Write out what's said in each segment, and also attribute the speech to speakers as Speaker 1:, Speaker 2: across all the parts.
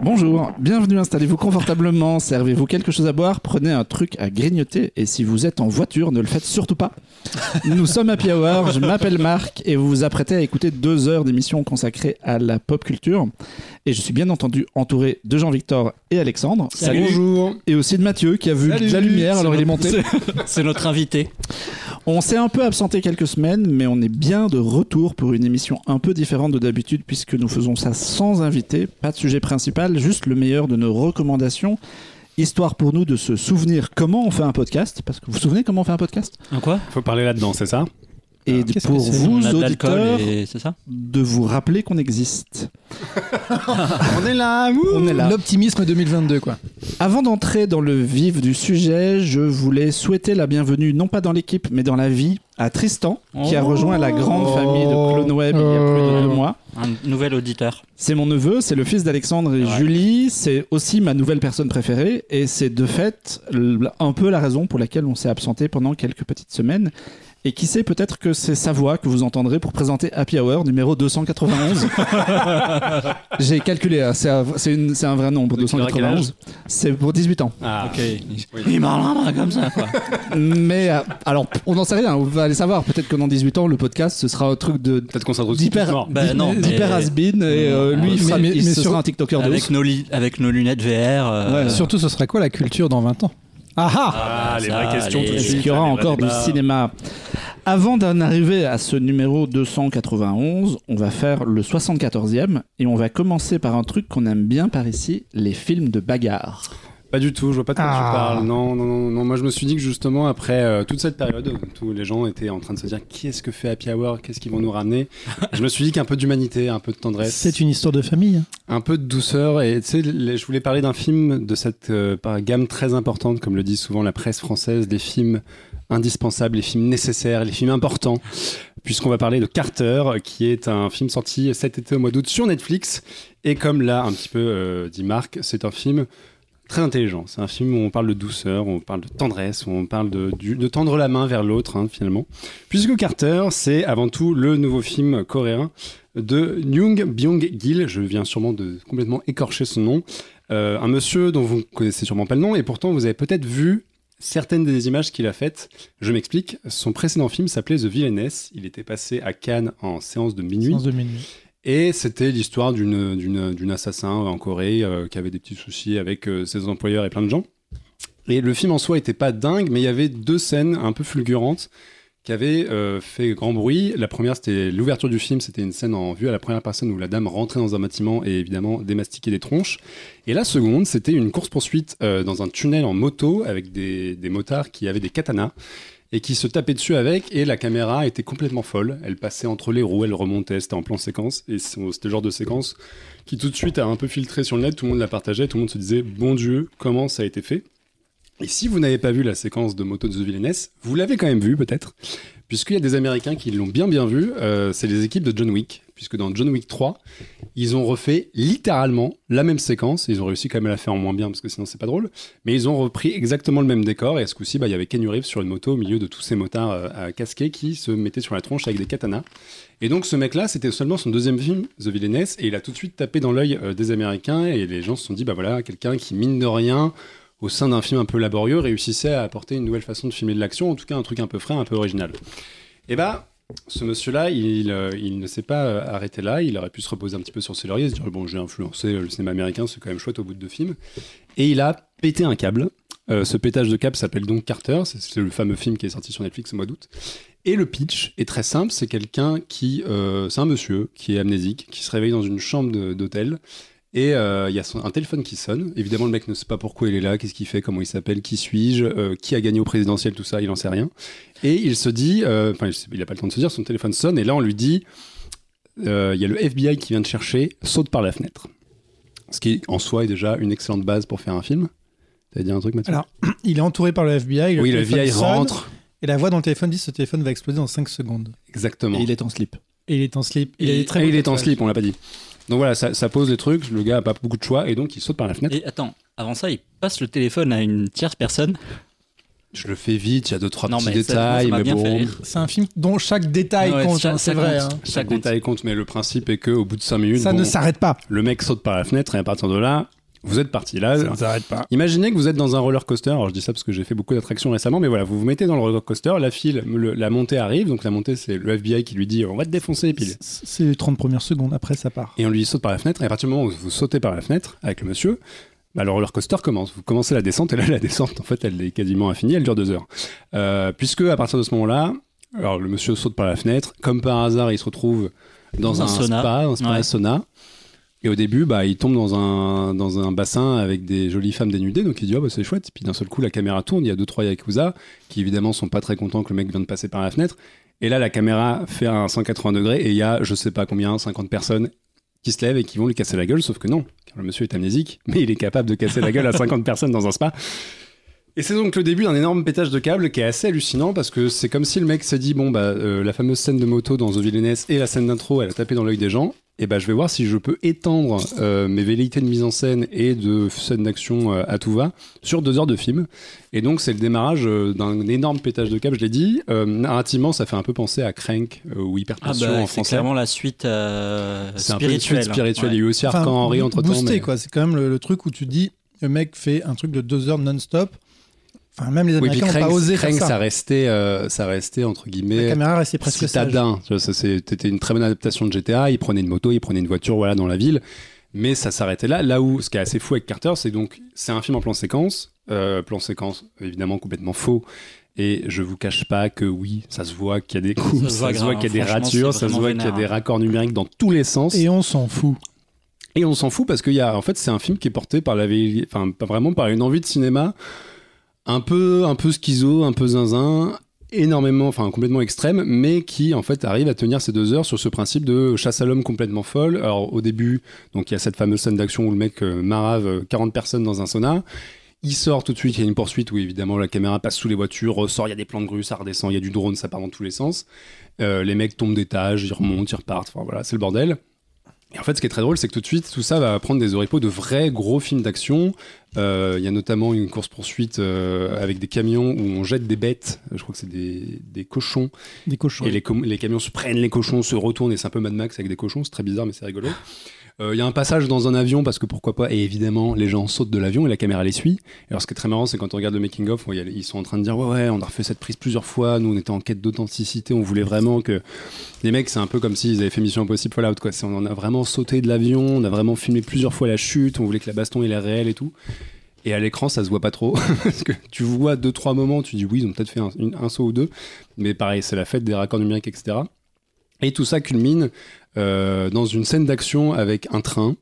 Speaker 1: Bonjour, bienvenue, installez-vous confortablement, servez-vous quelque chose à boire, prenez un truc à grignoter et si vous êtes en voiture, ne le faites surtout pas. Nous sommes Happy Hour, je m'appelle Marc et vous vous apprêtez à écouter 2 heures d'émission consacrée à la pop culture. Et je suis bien entendu entouré de Jean-Victor et Alexandre.
Speaker 2: Salut. Bonjour.
Speaker 1: Et aussi de Mathieu qui a vu de la lumière, alors il est monté.
Speaker 3: C'est notre invité.
Speaker 1: On s'est un peu absenté quelques semaines, mais on est bien de retour pour une émission un peu différente de d'habitude puisque nous faisons ça sans invité, pas de sujet principal, juste le meilleur de nos recommandations, histoire pour nous de se souvenir comment on fait un podcast, parce que vous vous souvenez comment on fait un podcast ?
Speaker 3: Un quoi ?
Speaker 2: Faut parler là-dedans, c'est ça ?
Speaker 1: Et pour vous, auditeurs,
Speaker 3: c'est ça ?
Speaker 1: de vous rappeler qu'on existe.
Speaker 2: On est là,
Speaker 1: on est là.
Speaker 4: L'optimisme 2022, quoi.
Speaker 1: Avant d'entrer dans le vif du sujet, je voulais souhaiter la bienvenue, non pas dans l'équipe, mais dans la vie, à Tristan, qui a rejoint la grande famille de CloneWeb il y a plus de 2 mois.
Speaker 3: Un nouvel auditeur.
Speaker 1: C'est mon neveu, c'est le fils d'Alexandre et Julie, c'est aussi ma nouvelle personne préférée, et c'est de fait un peu la raison pour laquelle on s'est absenté pendant quelques petites semaines. Et qui sait, peut-être que c'est sa voix que vous entendrez pour présenter Happy Hour numéro 291. J'ai calculé, hein, c'est un vrai nombre, 291. C'est pour 18 ans.
Speaker 3: Ah, ok. Oui. Il parle comme ça, quoi.
Speaker 1: Mais alors, on n'en sait rien, on va aller savoir. Peut-être que dans 18 ans, le podcast, ce sera un truc
Speaker 2: peut-être qu'on sera
Speaker 1: d'hyper
Speaker 3: d'hyper
Speaker 1: has-been, et lui, il sera un TikToker de ouf.
Speaker 3: Avec nos lunettes VR.
Speaker 4: Surtout, ce serait quoi la culture dans 20 ans ?
Speaker 2: Les vraies questions tout de
Speaker 1: Est-ce
Speaker 2: suite.
Speaker 1: qu'il y aura encore du cinéma ? Avant d'en arriver à ce numéro 291, on va faire le 74e et on va commencer par un truc qu'on aime bien par ici, les films de bagarre.
Speaker 2: Pas du tout, je vois pas de quoi tu parles. Non. Moi, je me suis dit que justement, après toute cette période où tous les gens étaient en train de se dire qu'est-ce que fait Happy Hour, qu'est-ce qu'ils vont nous ramener, je me suis dit qu'un peu d'humanité, un peu de tendresse.
Speaker 4: C'est une histoire de famille.
Speaker 2: Un peu de douceur. Et tu sais, je voulais parler d'un film de cette gamme très importante, comme le dit souvent la presse française, des films indispensables, les films nécessaires, les films importants. Puisqu'on va parler de Carter, qui est un film sorti cet été au mois d'août sur Netflix. Et comme l'a un petit peu dit Marc, c'est un film très intelligent. C'est un film où on parle de douceur, où on parle de tendresse, où on parle de tendre la main vers l'autre, finalement. Puisque Carter, c'est avant tout le nouveau film coréen de Yoon Byung-gil. Je viens sûrement de complètement écorcher son nom. Un monsieur dont vous ne connaissez sûrement pas le nom, et pourtant vous avez peut-être vu certaines des images qu'il a faites. Je m'explique. Son précédent film s'appelait The Villainess. Il était passé à Cannes en séance de minuit. Et c'était l'histoire d'une assassin en Corée qui avait des petits soucis avec ses employeurs et plein de gens. Et le film en soi était pas dingue, mais il y avait 2 scènes un peu fulgurantes qui avaient fait grand bruit. La première, c'était l'ouverture du film, c'était une scène en vue à la première personne où la dame rentrait dans un bâtiment et évidemment démastiquait des tronches. Et la seconde, c'était une course-poursuite dans un tunnel en moto avec des motards qui avaient des katanas et qui se tapaient dessus avec, et la caméra était complètement folle. Elle passait entre les roues, elle remontait, c'était en plan séquence, et c'était le genre de séquence qui tout de suite a un peu filtré sur le net, tout le monde la partageait, tout le monde se disait « Bon Dieu, comment ça a été fait ?» Et si vous n'avez pas vu la séquence de moto de The Villainess, vous l'avez quand même vue peut-être, puisqu'il y a des Américains qui l'ont bien vu, c'est les équipes de John Wick, puisque dans John Wick 3, ils ont refait littéralement la même séquence, ils ont réussi quand même à la faire en moins bien, parce que sinon c'est pas drôle, mais ils ont repris exactement le même décor, et à ce coup-ci, il y avait Keanu Reeves sur une moto au milieu de tous ces motards casqués qui se mettaient sur la tronche avec des katanas. Et donc ce mec-là, c'était seulement son 2e film, The Villainess, et il a tout de suite tapé dans l'œil des Américains, et les gens se sont dit, voilà, quelqu'un qui mine de rien, au sein d'un film un peu laborieux, réussissait à apporter une nouvelle façon de filmer de l'action, en tout cas un truc un peu frais, un peu original. Et ce monsieur-là, il ne s'est pas arrêté là, il aurait pu se reposer un petit peu sur ses lauriers, se dire bon, j'ai influencé le cinéma américain, c'est quand même chouette au bout de 2 films. Et il a pété un câble. Ce pétage de câble s'appelle donc Carter, c'est le fameux film qui est sorti sur Netflix au mois d'août. Et le pitch est très simple, c'est quelqu'un qui, c'est un monsieur qui est amnésique, qui se réveille dans une chambre d'hôtel. Et il y a un téléphone qui sonne. Évidemment, le mec ne sait pas pourquoi il est là, qu'est-ce qu'il fait, comment il s'appelle, qui suis-je, qui a gagné au présidentiel, tout ça, il n'en sait rien. Et il se dit, il n'a pas le temps de se dire, son téléphone sonne, et là on lui dit, il y a le FBI qui vient te chercher, saute par la fenêtre. Ce qui en soi est déjà une excellente base pour faire un film. T'allais dire un truc, Mathieu ?
Speaker 4: Alors, il est entouré par le FBI.
Speaker 2: Oui, le FBI rentre.
Speaker 4: Et la voix dans le téléphone dit, ce téléphone va exploser dans 5 secondes.
Speaker 2: Exactement.
Speaker 1: Et il est en slip.
Speaker 4: Il est en slip,
Speaker 2: on l'a pas dit. Donc voilà, ça pose les trucs, le gars a pas beaucoup de choix et donc il saute par la fenêtre.
Speaker 3: Et attends, avant ça, il passe le téléphone à une tierce personne.
Speaker 2: Je le fais vite, il y a 2-3
Speaker 3: Non,
Speaker 2: petits
Speaker 3: mais
Speaker 2: détails,
Speaker 3: ça m'a
Speaker 2: mais
Speaker 3: bien fait
Speaker 2: bon,
Speaker 3: rire.
Speaker 4: C'est un film dont chaque détail
Speaker 3: Ouais,
Speaker 4: compte,
Speaker 3: ça
Speaker 4: c'est
Speaker 3: compte.
Speaker 4: vrai. hein.
Speaker 2: chaque
Speaker 3: compte.
Speaker 2: détail compte. Mais le principe est qu'au bout de 5 minutes,
Speaker 4: Ça ne s'arrête pas.
Speaker 2: le mec saute par la fenêtre et à partir de là, vous êtes parti. Là,
Speaker 4: Ça ne s'arrête pas.
Speaker 2: imaginez que vous êtes dans un roller coaster. Alors je dis ça parce que j'ai fait beaucoup d'attractions récemment, mais voilà, vous vous mettez dans le roller coaster, la montée arrive. Donc la montée, c'est le FBI qui lui dit on va te défoncer. Et puis
Speaker 4: C'est les 30 premières secondes, après ça part.
Speaker 2: et on lui saute par la fenêtre. Et à partir du moment où vous sautez par la fenêtre avec le monsieur, bah, le roller coaster commence. Vous commencez la descente et là la descente en fait elle est quasiment infinie, elle dure 2 heures. Puisque à partir de ce moment-là, alors le monsieur saute par la fenêtre, comme par hasard il se retrouve dans un spa,
Speaker 3: Ouais.
Speaker 2: sauna. Et au début, bah, il tombe dans un bassin avec des jolies femmes dénudées, donc il dit oh, bah, c'est chouette. Puis d'un seul coup, la caméra tourne, il y a 2-3 yakuza qui évidemment sont pas très contents que le mec vienne de passer par la fenêtre. Et là, la caméra fait un 180 degrés et il y a je sais pas combien, 50 personnes qui se lèvent et qui vont lui casser la gueule, sauf que non, car le monsieur est amnésique, mais il est capable de casser la gueule à 50 personnes dans un spa. Et c'est donc le début d'un énorme pétage de câble qui est assez hallucinant parce que c'est comme si le mec s'est dit bon bah la fameuse scène de moto dans The Villainess et la scène d'intro elle a tapé dans l'œil des gens et bah je vais voir si je peux étendre mes velléités de mise en scène et de scène d'action à tout va sur 2 heures de film. Et donc c'est le démarrage d'un énorme pétage de câble, je l'ai dit. Narrativement ça fait un peu penser à Crank ou Hypertension en
Speaker 3: c'est
Speaker 2: français.
Speaker 3: clairement la suite
Speaker 2: C'est un peu une
Speaker 3: spirituelle.
Speaker 2: suite spirituelle.
Speaker 3: Ouais.
Speaker 2: Il y a eu aussi Arcan Henry entre temps.
Speaker 4: boosté, quoi. C'est quand même le truc où tu dis, le mec fait un truc de 2 heures non-stop. Enfin, même les
Speaker 2: Oui, puis
Speaker 4: Américains n'ont pas osé
Speaker 2: Crank,
Speaker 4: faire ça.
Speaker 2: ça restait entre
Speaker 4: La
Speaker 2: guillemets
Speaker 4: caméra restait presque sage.
Speaker 2: citadin. Tu vois, c'était une très bonne adaptation de GTA. Il prenait une moto, il prenait une voiture, voilà, dans la ville. Mais ça s'arrêtait là. Là où, ce qui est assez fou avec Carter, c'est un film en plan séquence. Plan séquence, évidemment, complètement faux. Et je vous cache pas que oui, ça se voit qu'il y a des coups, ça se voit qu'il y a des ratures, ça se voit qu'il y a des raccords numériques dans tous les sens.
Speaker 4: Et on s'en fout.
Speaker 2: Et on s'en fout parce qu'il y a, en fait, c'est un film qui est porté par pas vraiment par une envie de cinéma un peu schizo, un peu zinzin, complètement extrême, mais qui en fait arrive à tenir ces 2 heures sur ce principe de chasse à l'homme complètement folle. Alors au début, donc il y a cette fameuse scène d'action où le mec marave 40 personnes dans un sauna. Il sort tout de suite, il y a une poursuite où évidemment la caméra passe sous les voitures, ressort, il y a des plans de grue, ça redescend, il y a du drone, ça part dans tous les sens. Les mecs tombent d'étage, ils remontent, ils repartent, enfin voilà, c'est le bordel. Et en fait, ce qui est très drôle, c'est que tout de suite, tout ça va prendre des oripeaux de vrais gros films d'action. Il y a notamment une course-poursuite avec des camions où on jette des bêtes. Je crois que c'est des cochons.
Speaker 4: Des cochons.
Speaker 2: Et les camions se prennent les cochons, se retournent, et c'est un peu Mad Max avec des cochons. C'est très bizarre, mais c'est rigolo. Il y a un passage dans un avion, parce que pourquoi pas. Et évidemment, les gens sautent de l'avion et la caméra les suit. Et alors, ce qui est très marrant, c'est quand on regarde le making-of, ils sont en train de dire ouais, on a refait cette prise plusieurs fois. Nous, on était en quête d'authenticité. On voulait vraiment que les mecs, c'est un peu comme s'ils avaient fait Mission Impossible Fallout, quoi. On en a vraiment sauté de l'avion, on a vraiment filmé plusieurs fois la chute. On voulait que la baston ait l'air réelle et tout. Et à l'écran, ça se voit pas trop. Parce que tu vois 2-3 moments, tu dis oui, ils ont peut-être fait un saut ou deux. Mais pareil, c'est la fête des raccords numériques, etc. Et tout ça culmine dans une scène d'action avec un train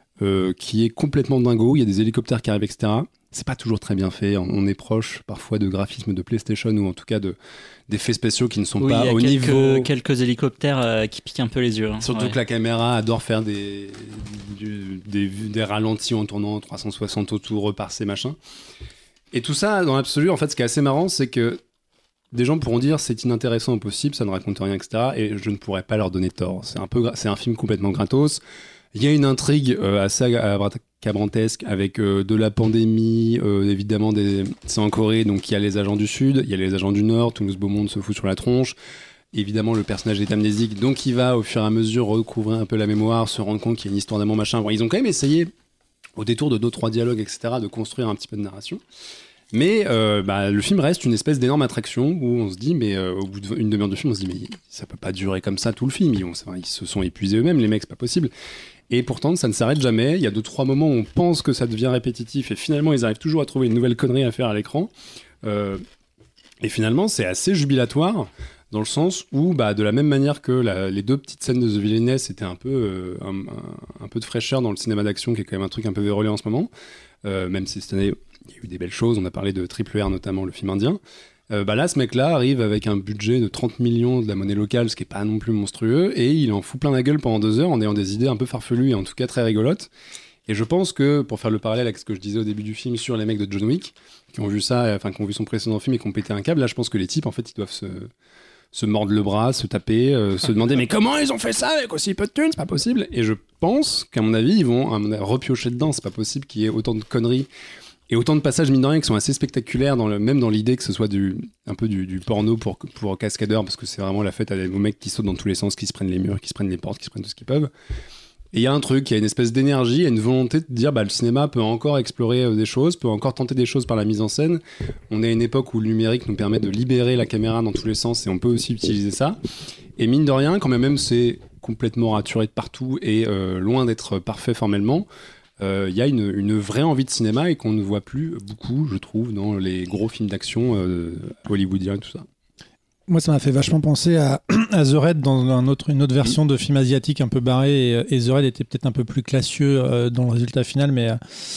Speaker 2: qui est complètement dingo. Il y a des hélicoptères qui arrivent, etc. C'est pas toujours très bien fait. On est proche parfois de graphismes de PlayStation ou en tout cas d'effets spéciaux qui ne sont pas au niveau.
Speaker 3: Quelques hélicoptères qui piquent un peu les yeux. Hein.
Speaker 2: Surtout
Speaker 3: Ouais.
Speaker 2: que la caméra adore faire des ralentis en tournant 360 autour, repasser, machin. Et tout ça, dans l'absolu, en fait, ce qui est assez marrant, c'est que des gens pourront dire c'est inintéressant au possible, ça ne raconte rien, etc. Et je ne pourrais pas leur donner tort. C'est un film complètement gratos. Il y a une intrigue assez cabrantesque avec de la pandémie, évidemment, c'est en Corée, donc il y a les agents du Sud, il y a les agents du Nord, Toulouse Beaumont se fout sur la tronche. Évidemment, le personnage est amnésique, donc il va au fur et à mesure recouvrir un peu la mémoire, se rendre compte qu'il y a une histoire d'amour, machin. Bon, ils ont quand même essayé, au détour de 2-3 dialogues, etc., de construire un petit peu de narration. Mais le film reste une espèce d'énorme attraction où on se dit, mais au bout d'une demi-heure de film, on se dit, mais ça peut pas durer comme ça tout le film. Ils se sont épuisés eux-mêmes, les mecs, c'est pas possible. Et pourtant, ça ne s'arrête jamais. Il y a 2-3 moments où on pense que ça devient répétitif et finalement, ils arrivent toujours à trouver une nouvelle connerie à faire à l'écran. Et finalement, c'est assez jubilatoire dans le sens où, de la même manière que les 2 petites scènes de The Villainess, c'était un peu de fraîcheur dans le cinéma d'action, qui est quand même un truc un peu vérolé en ce moment, même si cette année, il y a eu des belles choses. On a parlé de Triple R, notamment le film indien. Là, ce mec-là arrive avec un budget de 30 millions de la monnaie locale, ce qui est pas non plus monstrueux, et il en fout plein la gueule pendant 2 heures en ayant des idées un peu farfelues et en tout cas très rigolotes. Et je pense que, pour faire le parallèle avec ce que je disais au début du film sur les mecs de John Wick, qui ont vu ça, qui ont vu son précédent film et qui ont pété un câble, là, je pense que les types, en fait, ils doivent se mordre le bras, se taper, se demander mais comment ils ont fait ça avec aussi peu de thunes, c'est pas possible. Et je pense qu'à mon avis, ils vont repiocher dedans, c'est pas possible qu'il y ait autant de conneries Et autant de passages, mine de rien, qui sont assez spectaculaires, même dans l'idée que ce soit un peu du porno pour cascadeurs, parce que c'est vraiment la fête à des mecs qui sautent dans tous les sens, qui se prennent les murs, qui se prennent les portes, qui se prennent tout ce qu'ils peuvent. Et il y a un truc, il y a une espèce d'énergie, il y a une volonté de dire le cinéma peut encore explorer des choses, peut encore tenter des choses par la mise en scène. On est à une époque où le numérique nous permet de libérer la caméra dans tous les sens et on peut aussi utiliser ça. Et mine de rien, quand même c'est complètement raturé de partout et loin d'être parfait formellement, il y a une vraie envie de cinéma et qu'on ne voit plus beaucoup, je trouve, dans les gros films d'action hollywoodiens et tout ça.
Speaker 4: Moi, ça m'a fait vachement penser à The Raid dans une autre version de film asiatique un peu barré. Et The Raid était peut-être un peu plus classieux dans le résultat final, mais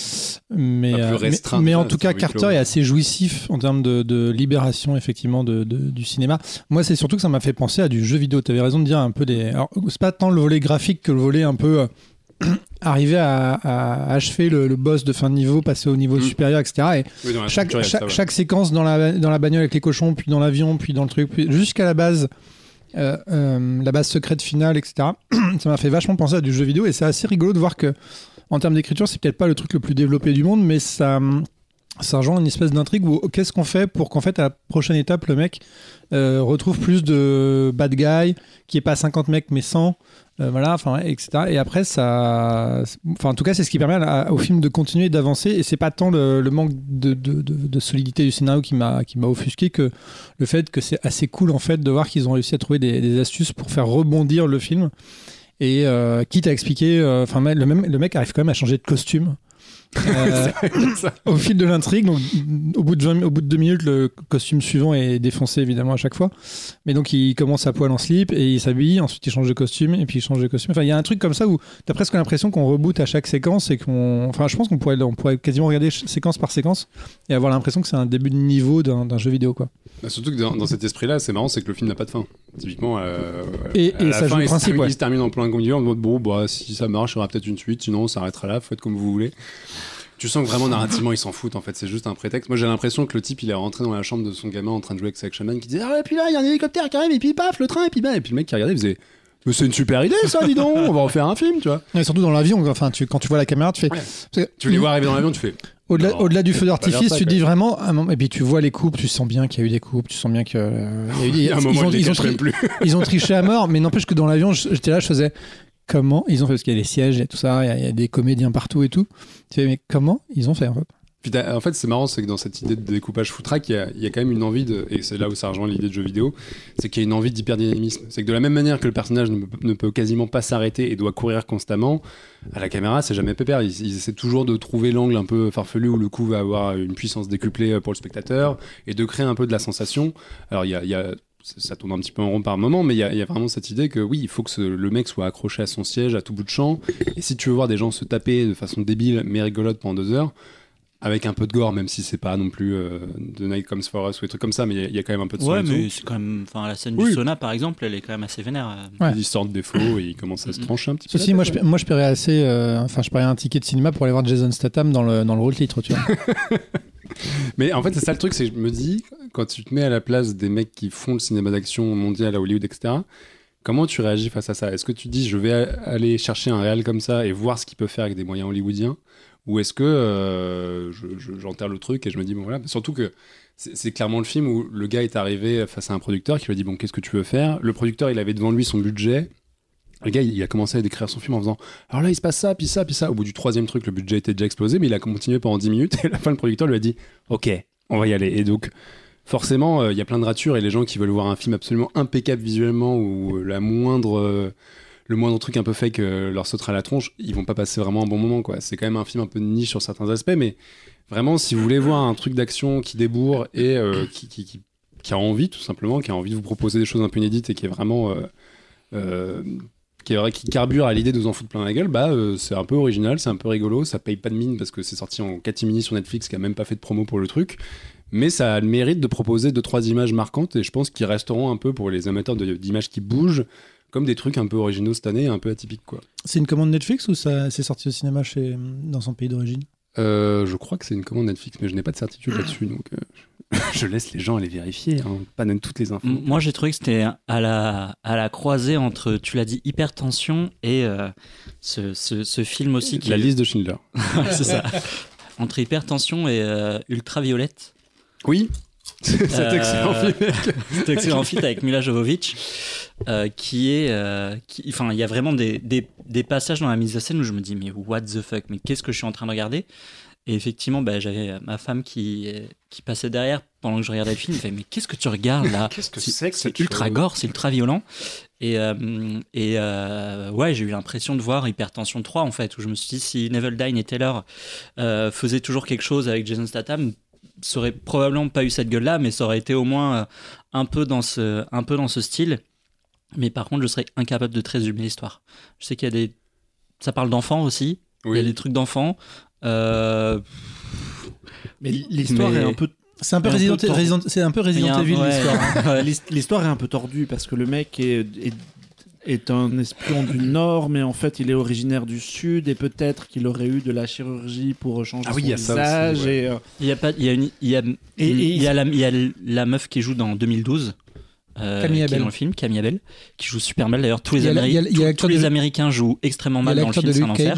Speaker 4: en tout cas, Carter est assez jouissif en termes de libération, effectivement, du cinéma. Moi, c'est surtout que ça m'a fait penser à du jeu vidéo. Tu avais raison de dire un peu Alors, c'est pas tant le volet graphique que le volet un peu... arriver à achever le boss de fin de niveau, passer au niveau supérieur, etc. Et oui, chaque séquence dans la bagnole avec les cochons, puis dans l'avion, puis dans le truc, puis jusqu'à la base secrète finale, etc. Ça m'a fait vachement penser à du jeu vidéo et c'est assez rigolo de voir que en termes d'écriture, c'est peut-être pas le truc le plus développé du monde, mais ça rejoint une espèce d'intrigue où qu'est-ce qu'on fait pour qu'en fait à la prochaine étape le mec retrouve plus de bad guy, qui est pas 50 mecs mais 100, voilà, enfin, etc. Et après en tout cas c'est ce qui permet au film de continuer d'avancer et c'est pas tant le manque de solidité du scénario qui m'a offusqué que le fait que c'est assez cool en fait de voir qu'ils ont réussi à trouver des astuces pour faire rebondir le film et quitte à expliquer, le mec arrive quand même à changer de costume. Au fil de l'intrigue, donc au bout de 2 minutes, le costume suivant est défoncé évidemment à chaque fois. Mais donc il commence à poil en slip et il s'habille, ensuite il change de costume et puis il change de costume. Enfin, il y a un truc comme ça où t'as presque l'impression qu'on reboot à chaque séquence et je pense qu'on pourrait quasiment regarder séquence par séquence et avoir l'impression que c'est un début de niveau d'un jeu vidéo, quoi.
Speaker 2: Surtout que dans cet esprit-là, c'est marrant, c'est que le film n'a pas de fin. Typiquement,
Speaker 4: et ça joue le principe.
Speaker 2: Il se termine en plein milieu en mode si ça marche, il y aura peut-être une suite, sinon on s'arrêtera là, faites comme vous voulez. Tu sens que vraiment narrativement ils s'en foutent en fait, c'est juste un prétexte. Moi j'ai l'impression que le type il est rentré dans la chambre de son gamin en train de jouer avec sa Action Man qui disait et puis là il y a un hélicoptère qui arrive et puis paf le train et puis le mec qui regardait il faisait mais c'est une super idée ça, dis donc, on va en faire un film, tu vois.
Speaker 4: Et surtout dans l'avion, quand tu vois la caméra tu fais
Speaker 2: tu les vois arriver dans l'avion, tu fais
Speaker 4: au-delà du feu d'artifice, tu dis vraiment et puis tu vois les coupes, tu sens bien qu'il y a eu des coupes, tu sens bien que ils ont triché à mort, mais n'empêche que dans l'avion j'étais là, je faisais comment ils ont fait, parce qu'il y a des sièges et tout ça, il y a des comédiens partout et tout. Tu fais, mais comment ils ont fait en fait?
Speaker 2: Puis en fait, c'est marrant, c'est que dans cette idée de découpage footrack, il y a quand même une envie et c'est là où ça rejoint l'idée de jeu vidéo, c'est qu'il y a une envie d'hyperdynamisme. C'est que de la même manière que le personnage ne peut quasiment pas s'arrêter et doit courir constamment, à la caméra, c'est jamais pépère. Ils essaient toujours de trouver l'angle un peu farfelu où le coup va avoir une puissance décuplée pour le spectateur et de créer un peu de la sensation. Alors, ça tourne un petit peu en rond par moment, mais il y a vraiment cette idée que oui, il faut que le mec soit accroché à son siège à tout bout de champ. Et si tu veux voir des gens se taper de façon débile mais rigolote pendant 2 heures, avec un peu de gore, même si c'est pas non plus The Night Comes For Us ou des trucs comme ça, mais il y a quand même un peu de sang.
Speaker 3: Ouais, mais c'est quand même. Enfin, la scène du sauna, par exemple, elle est quand même assez vénère.
Speaker 2: Ouais. Ils sortent des faux et ils commencent à se trancher un petit peu.
Speaker 4: Ceci, moi, je paierais assez. Je paierais un ticket de cinéma pour aller voir Jason Statham dans le rôle titre, tu vois.
Speaker 2: Mais en fait, c'est ça le truc, c'est que je me dis, quand tu te mets à la place des mecs qui font le cinéma d'action mondial à Hollywood, etc., comment tu réagis face à ça? Est-ce que tu dis, je vais aller chercher un réal comme ça et voir ce qu'il peut faire avec des moyens hollywoodiens? Ou est-ce que j'enterre le truc et je me dis, bon voilà, surtout que c'est clairement le film où le gars est arrivé face à un producteur qui lui a dit, bon, qu'est-ce que tu veux faire? Le producteur, il avait devant lui son budget. Le gars, il a commencé à décrire son film en faisant alors là, il se passe ça, puis ça, puis ça. Au bout du 3e truc, le budget était déjà explosé, mais il a continué pendant 10 minutes. Et à la fin, le producteur lui a dit ok, on va y aller. Et donc, forcément, il y a plein de ratures. Et les gens qui veulent voir un film absolument impeccable visuellement ou le moindre truc un peu fake leur sautera à la tronche, ils vont pas passer vraiment un bon moment, quoi. C'est quand même un film un peu de niche sur certains aspects, mais vraiment, si vous voulez voir un truc d'action qui débourre et qui a envie, tout simplement, qui a envie de vous proposer des choses un peu inédites et qui est vraiment. Qui carbure à l'idée de vous en foutre plein la gueule, c'est un peu original, c'est un peu rigolo, ça paye pas de mine parce que c'est sorti en catimini sur Netflix qui a même pas fait de promo pour le truc, mais ça a le mérite de proposer 2-3 images marquantes et je pense qu'ils resteront un peu pour les amateurs d'images qui bougent comme des trucs un peu originaux cette année, un peu atypiques, quoi.
Speaker 4: C'est une commande Netflix ou ça c'est sorti au cinéma dans son pays d'origine?
Speaker 2: Je crois que c'est une commande Netflix, mais je n'ai pas de certitude là-dessus, donc je laisse les gens aller vérifier, hein, pas donner toutes les infos.
Speaker 3: Moi, j'ai trouvé que c'était à la croisée entre, tu l'as dit, Hypertension et ce film aussi
Speaker 2: La liste de Schindler.
Speaker 3: C'est ça. entre Hypertension et Ultraviolette.
Speaker 2: Oui, cet excellent film.
Speaker 3: Cet excellent film avec Mila Jovovich, il y a vraiment des passages dans la mise en scène où je me dis mais what the fuck, mais qu'est-ce que je suis en train de regarder? Et effectivement, j'avais ma femme qui passait derrière pendant que je regardais le film. Elle fait mais qu'est-ce que tu regardes là?
Speaker 2: Qu'est-ce que c'est
Speaker 3: C'est ultra gore, c'est ultra violent. Et j'ai eu l'impression de voir Hypertension 3 en fait, où je me suis dit si Neville Dine et Taylor faisaient toujours quelque chose avec Jason Statham, ça aurait probablement pas eu cette gueule-là, mais ça aurait été au moins un peu dans ce style. Mais par contre, je serais incapable de te résumer l'histoire. Je sais qu'il y a ça parle d'enfants aussi. Oui. Il y a des trucs d'enfants.
Speaker 1: Mais l'histoire est un peu.
Speaker 4: C'est un peu Resident Evil l'histoire.
Speaker 1: L'histoire est un peu tordue parce que le mec est un espion du Nord, mais en fait il est originaire du Sud et peut-être qu'il aurait eu de la chirurgie pour changer son visage.
Speaker 2: Aussi, ouais.
Speaker 3: Il y a la meuf qui joue dans 2012. Qui est dans le film, Camille Abel, qui joue super mal d'ailleurs. Tous les Américains jouent extrêmement mal dans le film, c'est un enfer.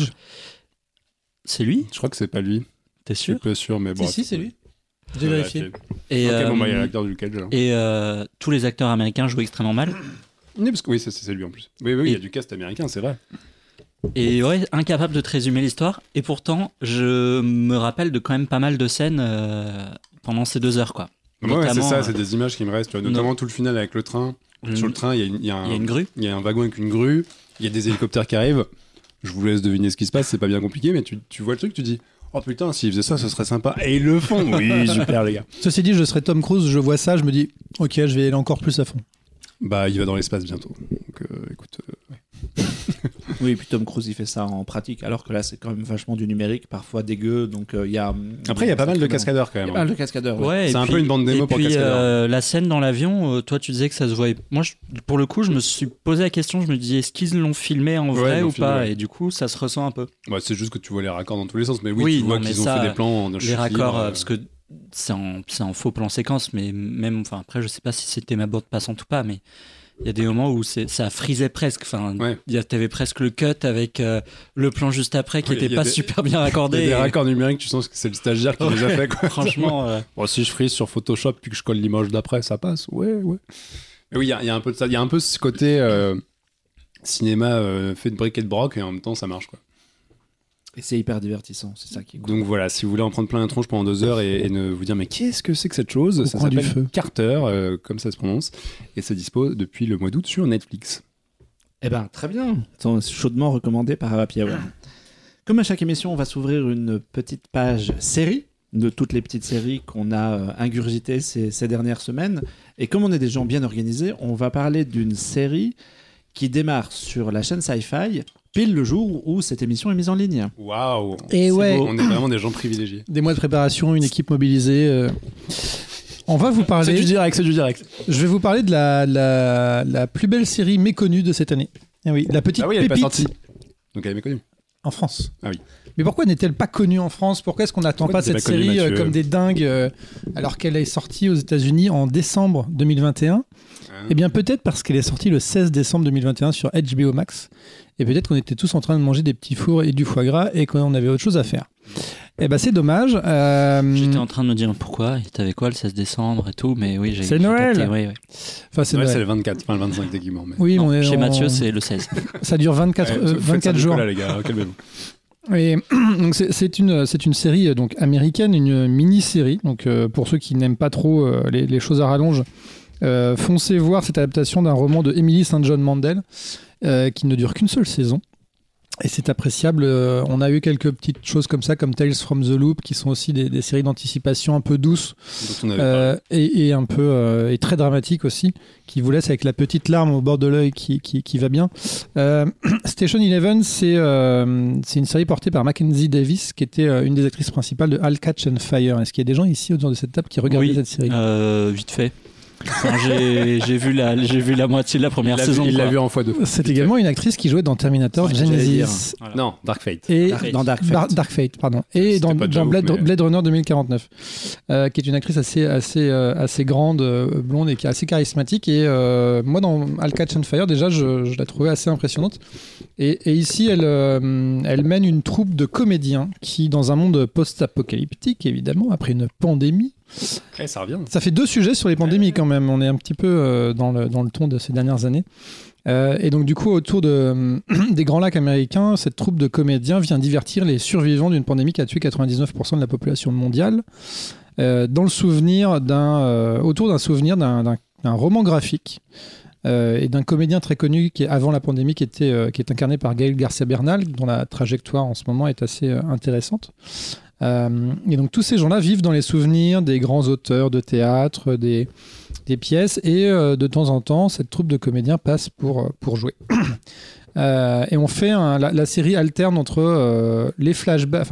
Speaker 3: C'est lui?
Speaker 2: Je crois que c'est pas lui.
Speaker 3: T'es sûr?
Speaker 2: Je suis pas sûr, mais bon.
Speaker 4: Si, c'est lui. J'ai vérifié.
Speaker 3: Et
Speaker 2: il y a l'acteur du Cage.
Speaker 3: Et tous les acteurs américains jouent extrêmement mal.
Speaker 2: Oui, parce que c'est lui en plus. Oui, il y a du cast américain, c'est vrai.
Speaker 3: Et ouais, incapable de te résumer l'histoire. Et pourtant, je me rappelle de quand même pas mal de scènes pendant ces 2 heures, quoi.
Speaker 2: Ouais, c'est ça, c'est des images qui me restent. Tu vois, notamment tout le final avec le train. Sur le train, il y a une grue. Il y a un wagon avec une grue. Il y a des hélicoptères qui arrivent. Je vous laisse deviner ce qui se passe, c'est pas bien compliqué, mais tu vois le truc, tu dis oh putain, s'ils faisaient ça, ce serait sympa. Et ils le font. Oui, super les gars.
Speaker 4: Ceci dit, je serais Tom Cruise, je vois ça, je me dis ok, je vais aller encore plus à fond.
Speaker 2: Bah, il va dans l'espace bientôt. Donc, écoute. Ouais.
Speaker 1: Oui, et puis Tom Cruise, il fait ça en pratique, alors que là, c'est quand même vachement du numérique, parfois dégueu. Donc, il y a.
Speaker 2: Après, il y a pas mal de cascadeurs quand même.
Speaker 1: Il y a pas mal de cascadeurs.
Speaker 3: Ouais,
Speaker 2: c'est un peu une bande démo pour cascadeurs.
Speaker 3: La scène dans l'avion, toi, tu disais que ça se voyait. Moi, pour le coup, je me suis posé la question, je me dis, est-ce qu'ils l'ont filmé en vrai ou pas? Ouais. Et du coup, ça se ressent un peu.
Speaker 2: Ouais, c'est juste que tu vois les raccords dans tous les sens, mais oui, tu vois qu'ils ont fait des plans de
Speaker 3: les raccords, parce que c'est en faux plan séquence, mais même, enfin, après, je sais pas si c'était ma bande passante ou pas, mais. Il y a des moments où ça frisait presque. Enfin, t'avais presque le cut avec le plan juste après qui était pas super bien raccordé.
Speaker 2: Il y a des raccords numériques, tu sens que c'est le stagiaire qui les a fait. Quoi.
Speaker 3: Franchement.
Speaker 2: Bon, si je frise sur Photoshop puis que je colle l'image d'après, ça passe. Ouais. Mais oui, il y a un peu de ça. Il y a un peu ce côté cinéma fait de briques et de broc et en même temps ça marche, quoi.
Speaker 1: Et c'est hyper divertissant, c'est ça qui est cool.
Speaker 2: Donc voilà, si vous voulez en prendre plein la tronche pendant 2 heures et ne vous dire mais qu'est-ce que c'est que cette chose, ça s'appelle Carter, comme ça se prononce, et ça dispose depuis le mois d'août sur Netflix.
Speaker 1: Eh ben très bien, chaudement recommandé par Happy Hour. Comme à chaque émission, on va s'ouvrir une petite page série de toutes les petites séries qu'on a ingurgitées ces dernières semaines. Et comme on est des gens bien organisés, on va parler d'une série qui démarre sur la chaîne Sci-Fi pile le jour où cette émission est mise en ligne.
Speaker 2: Waouh!
Speaker 4: Et ouais,
Speaker 2: on est vraiment des gens privilégiés.
Speaker 4: Des mois de préparation, une équipe mobilisée. On va vous parler.
Speaker 2: C'est du direct.
Speaker 4: Je vais vous parler de la plus belle série méconnue de cette année. Et oui, la petite
Speaker 2: elle est pas
Speaker 4: pépite.
Speaker 2: sortie. Donc elle est méconnue.
Speaker 4: En France.
Speaker 2: Ah oui.
Speaker 4: Mais pourquoi n'est-elle pas connue en France? Pourquoi est-ce qu'on n'attend pas cette série comme des dingues alors qu'elle est sortie aux États-Unis en décembre 2021? Eh bien, peut-être parce qu'elle est sortie le 16 décembre 2021 sur HBO Max. Et peut-être qu'on était tous en train de manger des petits fours et du foie gras et qu'on avait autre chose à faire. Eh ben, c'est dommage.
Speaker 3: J'étais en train de me dire pourquoi. T'avais quoi le 16 décembre et tout, mais oui,
Speaker 4: c'est Noël.
Speaker 3: Oui.
Speaker 4: Enfin, c'est Noël.
Speaker 2: C'est le 24, enfin le 25 d'équipement. Mais...
Speaker 4: Oui,
Speaker 3: non, chez Mathieu, c'est le 16.
Speaker 4: Ça dure 24 jours.
Speaker 2: Là, les gars, calmez-vous.
Speaker 4: Et donc c'est une série donc américaine, une mini-série. Donc pour ceux qui n'aiment pas trop les choses à rallonge, foncez voir cette adaptation d'un roman de Emily St. John Mandel qui ne dure qu'une seule saison. Et c'est appréciable. On a eu quelques petites choses comme ça, comme Tales from the Loop, qui sont aussi des séries d'anticipation un peu douces et un peu et très dramatiques aussi, qui vous laissent avec la petite larme au bord de l'œil qui va bien. Station 11, c'est une série portée par Mackenzie Davis, qui était une des actrices principales de All Catch and Fire. Est-ce qu'il y a des gens ici autour de cette table qui regardaient cette série?
Speaker 3: Vite fait. Enfin, j'ai vu la moitié de la première saison.
Speaker 2: Il l'a
Speaker 3: quoi.
Speaker 2: vu en x2.
Speaker 4: C'est également une actrice qui jouait dans Terminator
Speaker 1: C'est ce que j'allais
Speaker 4: Genesis.
Speaker 3: Voilà.
Speaker 2: Non, Dark Fate.
Speaker 4: Et
Speaker 1: Dans Dark Fate.
Speaker 4: Dark Fate, pardon. Et
Speaker 2: C'était
Speaker 4: dans,
Speaker 2: pas
Speaker 4: dans
Speaker 2: joke, mais-
Speaker 4: Blade Runner 2049, qui est une actrice assez grande, blonde et qui est assez charismatique. Et moi, dans I'll Catch on Fire, déjà, je la trouvais assez impressionnante. Et ici, elle mène une troupe de comédiens qui, dans un monde post-apocalyptique, évidemment, après une pandémie,
Speaker 2: Ça revient.
Speaker 4: ça fait 2 sujets sur les pandémies quand même. On est un petit peu dans le ton de ces dernières années. Et donc du coup, autour des Grands Lacs américains, cette troupe de comédiens vient divertir les survivants d'une pandémie qui a tué 99% de la population mondiale, dans le souvenir autour d'un souvenir d'un roman graphique et d'un comédien très connu qui, avant la pandémie, qui est incarné par Gaël Garcia Bernal, dont la trajectoire en ce moment est assez intéressante. Et donc tous ces gens-là vivent dans les souvenirs des grands auteurs de théâtre, des pièces, et de temps en temps, cette troupe de comédiens passe pour jouer. Et on fait la série alterne entre les flashbacks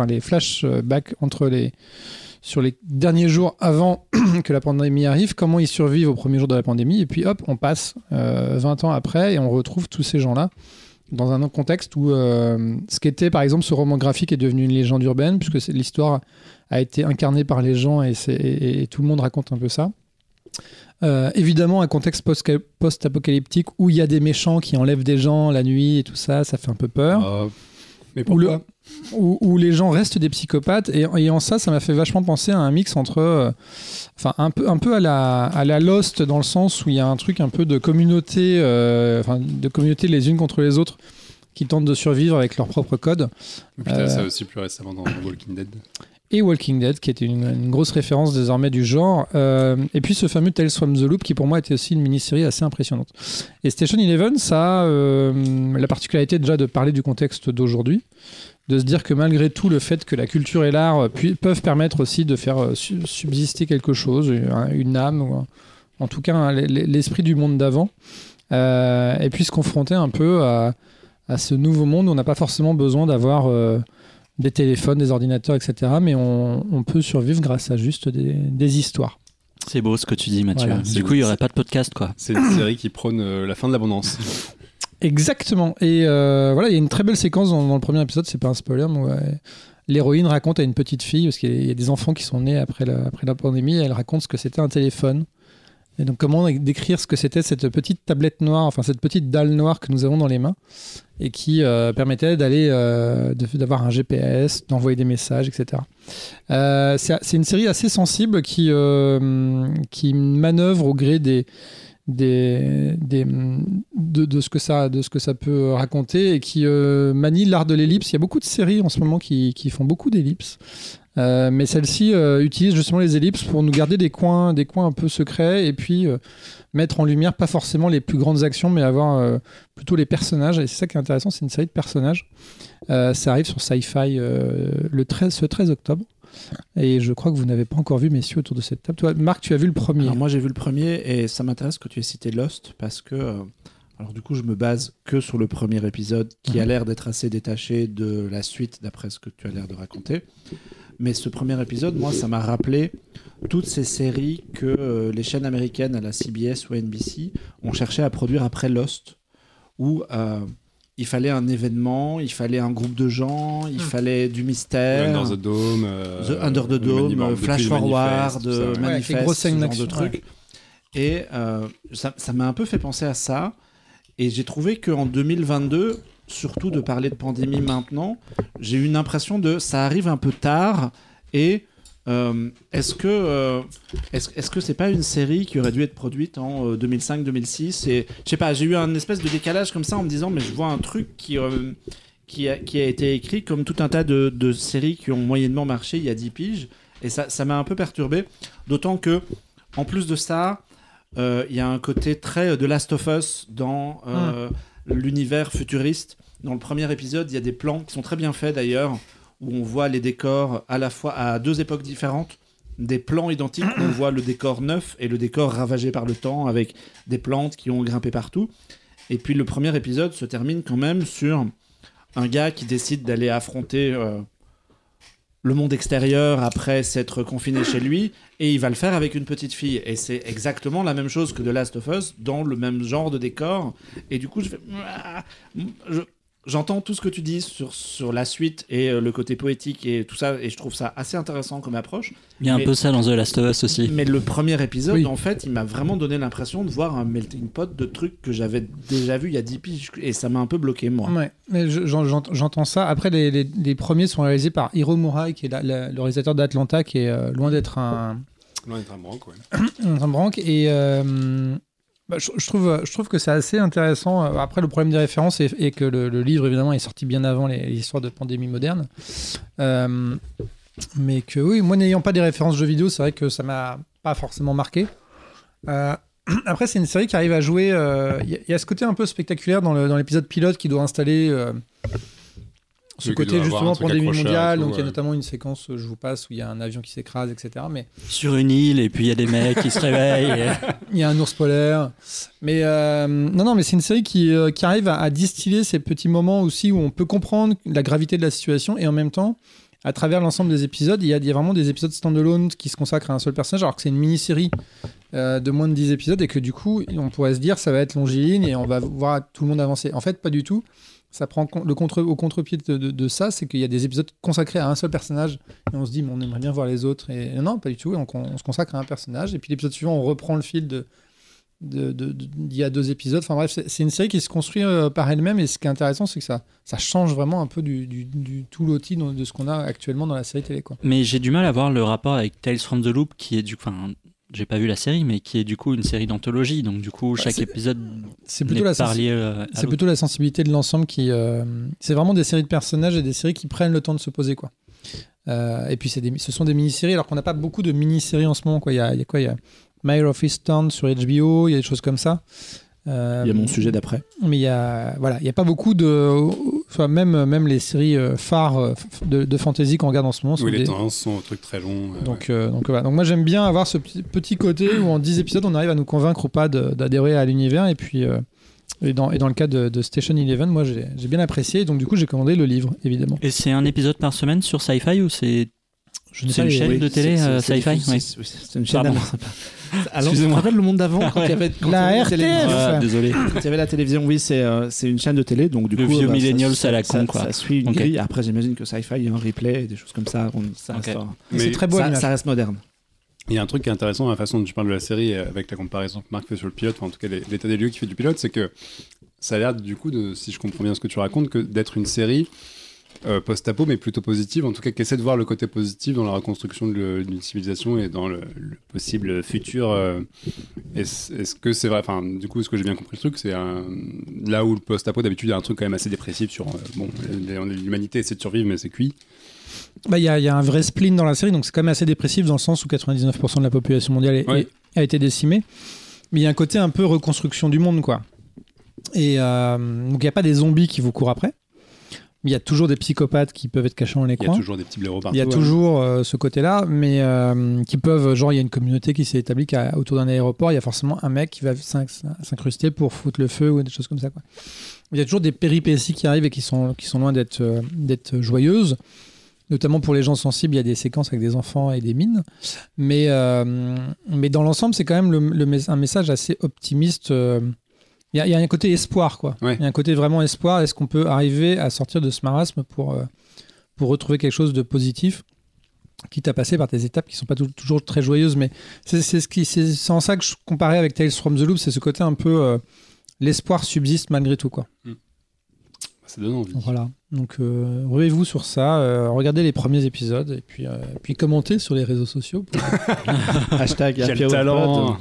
Speaker 4: sur les derniers jours avant que la pandémie arrive, comment ils survivent aux premiers jours de la pandémie, et puis hop, on passe 20 ans après et on retrouve tous ces gens-là dans un autre contexte où ce qu'était par exemple ce roman graphique est devenu une légende urbaine, puisque l'histoire a été incarnée par les gens et tout le monde raconte un peu ça. Évidemment, un contexte post-apocalyptique où il y a des méchants qui enlèvent des gens la nuit et tout ça, ça fait un peu peur.
Speaker 2: Mais pourquoi
Speaker 4: Où les gens restent des psychopathes, et en ça m'a fait vachement penser à un mix entre un peu à la Lost, dans le sens où il y a un truc un peu de communauté les unes contre les autres qui tentent de survivre avec leur propre code.
Speaker 2: Putain, ça aussi plus récemment dans Walking Dead.
Speaker 4: Et Walking Dead, qui était une grosse référence désormais du genre. Et puis ce fameux Tales from the Loop, qui pour moi était aussi une mini-série assez impressionnante. Et Station Eleven, ça a la particularité déjà de parler du contexte d'aujourd'hui, de se dire que malgré tout, le fait que la culture et l'art peuvent permettre aussi de faire subsister quelque chose, une âme, ou en tout cas l'esprit du monde d'avant, et puis se confronter un peu à ce nouveau monde où on n'a pas forcément besoin d'avoir des téléphones, des ordinateurs, etc. Mais on peut survivre grâce à juste des histoires.
Speaker 3: C'est beau ce que tu dis, Mathieu.
Speaker 4: Voilà.
Speaker 3: Du coup, il n'y aurait pas de podcast, quoi.
Speaker 2: C'est une série qui prône la fin de l'abondance.
Speaker 4: Exactement. Et voilà, il y a une très belle séquence dans le premier épisode, c'est pas un spoiler, mais l'héroïne raconte à une petite fille, parce qu'il y a des enfants qui sont nés après la pandémie, et elle raconte ce que c'était un téléphone. Et donc comment décrire ce que c'était cette petite tablette noire, enfin cette petite dalle noire que nous avons dans les mains, et qui permettait d'avoir un GPS, d'envoyer des messages, etc. C'est une série assez sensible qui manœuvre au gré de ce que ça peut raconter, et qui manie l'art de l'ellipse. Il y a beaucoup de séries en ce moment qui font beaucoup d'ellipses. Mais celle-ci utilise justement les ellipses pour nous garder des coins un peu secrets, et puis mettre en lumière pas forcément les plus grandes actions, mais avoir plutôt les personnages. Et c'est ça qui est intéressant, c'est une série de personnages. Ça arrive sur Sci-Fi ce 13 octobre. Et je crois que vous n'avez pas encore vu, messieurs, autour de cette table. Toi, Marc, tu as vu le premier.
Speaker 1: Alors moi j'ai vu le premier, et ça m'intéresse que tu aies cité Lost, parce que alors du coup je me base que sur le premier épisode, qui a l'air d'être assez détaché de la suite d'après ce que tu as l'air de raconter. Mais ce premier épisode, moi, ça m'a rappelé toutes ces séries que les chaînes américaines à la CBS ou NBC ont cherché à produire après Lost, où il fallait un événement, il fallait un groupe de gens, il fallait du mystère.
Speaker 2: Under the Dome.
Speaker 1: Under the Dome, Flash Forward, Manifest,
Speaker 4: les grosses scènes
Speaker 1: ce genre
Speaker 4: d'action,
Speaker 1: de trucs. Et ça m'a un peu fait penser à ça. Et j'ai trouvé qu'en 2022... surtout de parler de pandémie maintenant, j'ai eu une impression de ça arrive un peu tard, et est-ce que c'est pas une série qui aurait dû être produite en 2005-2006, et je sais pas, j'ai eu un espèce de décalage comme ça en me disant mais je vois un truc qui a été écrit comme tout un tas de séries qui ont moyennement marché il y a 10 piges, et ça m'a un peu perturbé, d'autant que en plus de ça il y a un côté très The Last of Us dans l'univers futuriste. Dans le premier épisode, il y a des plans qui sont très bien faits d'ailleurs, où on voit les décors à la fois à 2 époques différentes, des plans identiques où on voit le décor neuf et le décor ravagé par le temps, avec des plantes qui ont grimpé partout. Et puis le premier épisode se termine quand même sur un gars qui décide d'aller affronter le monde extérieur après s'être confiné chez lui, et il va le faire avec une petite fille. Et c'est exactement la même chose que The Last of Us, dans le même genre de décor. Et du coup, j'entends tout ce que tu dis sur la suite et le côté poétique et tout ça, et je trouve ça assez intéressant comme approche.
Speaker 3: Il y a un peu ça dans The Last of Us aussi.
Speaker 1: Mais le premier épisode, en fait, il m'a vraiment donné l'impression de voir un melting pot de trucs que j'avais déjà vu il y a 10 piges, et ça m'a un peu bloqué, moi.
Speaker 4: Ouais, mais j'entends ça. Après, les premiers sont réalisés par Hiro Murai, qui est le réalisateur d'Atlanta, qui est loin d'être un...
Speaker 2: Loin d'être un branque, ouais.
Speaker 4: un branque, et... je trouve que c'est assez intéressant. Après, le problème des références est que le livre, évidemment, est sorti bien avant les histoires de pandémie moderne. Mais que oui, moi, n'ayant pas des références jeux vidéo, c'est vrai que ça m'a pas forcément marqué. Après, c'est une série qui arrive à jouer... Il y a ce côté un peu spectaculaire dans l'épisode pilote qui doit installer... ce côté justement pandémie mondiale, donc il y a notamment une séquence, je vous passe, où il y a un avion qui s'écrase, etc. Mais
Speaker 3: sur une île, et puis il y a des mecs qui se réveillent.
Speaker 4: Il y a un ours polaire. Mais non, mais c'est une série qui arrive à distiller ces petits moments aussi où on peut comprendre la gravité de la situation, et en même temps, à travers l'ensemble des épisodes, il y a vraiment des épisodes standalone qui se consacrent à un seul personnage, alors que c'est une mini-série de moins de 10 épisodes, et que du coup, on pourrait se dire ça va être longiligne et on va voir tout le monde avancer. En fait, pas du tout. Ça prend au contre-pied de ça, c'est qu'il y a des épisodes consacrés à un seul personnage, et on se dit, mais on aimerait bien voir les autres. Et non, pas du tout. Donc on se consacre à un personnage, et puis l'épisode suivant, on reprend le fil d'il y a 2 épisodes. Enfin bref, c'est une série qui se construit par elle-même, et ce qui est intéressant, c'est que ça change vraiment un peu du tout loti de ce qu'on a actuellement dans la série télé, quoi.
Speaker 3: Mais j'ai du mal à voir le rapport avec Tales from the Loop, qui est j'ai pas vu la série, mais qui est du coup une série d'anthologie. Donc du coup, chaque épisode
Speaker 4: c'est plutôt plutôt la sensibilité de l'ensemble qui... c'est vraiment des séries de personnages et des séries qui prennent le temps de se poser, quoi. Et puis ce sont des mini-séries, alors qu'on n'a pas beaucoup de mini-séries en ce moment, quoi. Il y a Mayor of Easttown sur HBO, il y a des choses comme ça.
Speaker 1: Il y a mon sujet d'après.
Speaker 4: Mais il y a pas beaucoup de... Enfin, même les séries phares de fantasy qu'on regarde en ce moment.
Speaker 2: Oui, les tendances sont des trucs très longs.
Speaker 4: Donc voilà. Donc moi, j'aime bien avoir ce petit côté où en 10 épisodes, on arrive à nous convaincre ou pas d'adhérer à l'univers. Et puis, dans le cas de Station Eleven, moi, j'ai bien apprécié. Et donc du coup, j'ai commandé le livre, évidemment.
Speaker 3: Et c'est un épisode par semaine sur Sci-Fi, ou c'est... C'est une chaîne de télé Sci-Fi?
Speaker 1: C'est une chaîne. Alors, tu te rappelles le monde d'avant, quand il y avait
Speaker 4: la RTF.
Speaker 3: Désolé.
Speaker 1: Quand il y avait la télévision, oui, c'est une chaîne de télé, donc du coup,
Speaker 3: vieux millennials à la con, quoi.
Speaker 1: Ça suit une grille. Après, j'imagine que Sci-Fi, il y a un replay, des choses comme ça.
Speaker 4: Mais c'est très beau.
Speaker 1: Ça reste moderne.
Speaker 2: Il y a un truc qui est intéressant dans la façon dont tu parles de la série, avec la comparaison que Marc fait sur le pilote, enfin, en tout cas l'état des lieux qu'il fait du pilote, c'est que ça a l'air du coup, si je comprends bien ce que tu racontes, que d'être une série post-apo, mais plutôt positive, en tout cas qui essaie de voir le côté positif dans la reconstruction d'une civilisation et dans le possible futur. Est-ce que c'est vrai, enfin, du coup, est-ce que j'ai bien compris le truc, c'est là où le post-apo d'habitude il y a un truc quand même assez dépressif sur l'humanité essaie de survivre, mais c'est cuit.
Speaker 4: Il y a un vrai spleen dans la série, donc c'est quand même assez dépressif dans le sens où 99% de la population mondiale a été décimée, mais il y a un côté un peu reconstruction du monde, quoi. Et donc il n'y a pas des zombies qui vous courent après. Il y a toujours des psychopathes qui peuvent être cachés dans les coins.
Speaker 2: Il y a toujours des petits blaireaux partout.
Speaker 4: Il y a toujours ce côté-là, mais qui peuvent... Genre, il y a une communauté qui s'est établie autour d'un aéroport. Il y a forcément un mec qui va s'incruster pour foutre le feu ou des choses comme ça, quoi. Il y a toujours des péripéties qui arrivent et qui sont loin d'être joyeuses. Notamment pour les gens sensibles, il y a des séquences avec des enfants et des mines. Mais dans l'ensemble, c'est quand même un message assez optimiste. Il y a un côté espoir, quoi.
Speaker 2: Ouais.
Speaker 4: Il y a un côté vraiment espoir. Est-ce qu'on peut arriver à sortir de ce marasme pour retrouver quelque chose de positif, quitte à passer par des étapes qui ne sont pas toujours très joyeuses, mais c'est en ça que je comparais avec Tales from the Loop, c'est ce côté un peu l'espoir subsiste malgré tout, quoi.
Speaker 2: Ça donne envie.
Speaker 4: Voilà. Donc ruez-vous sur ça, regardez les premiers épisodes et puis commentez sur les réseaux sociaux.
Speaker 1: Hashtag
Speaker 2: Quel talent.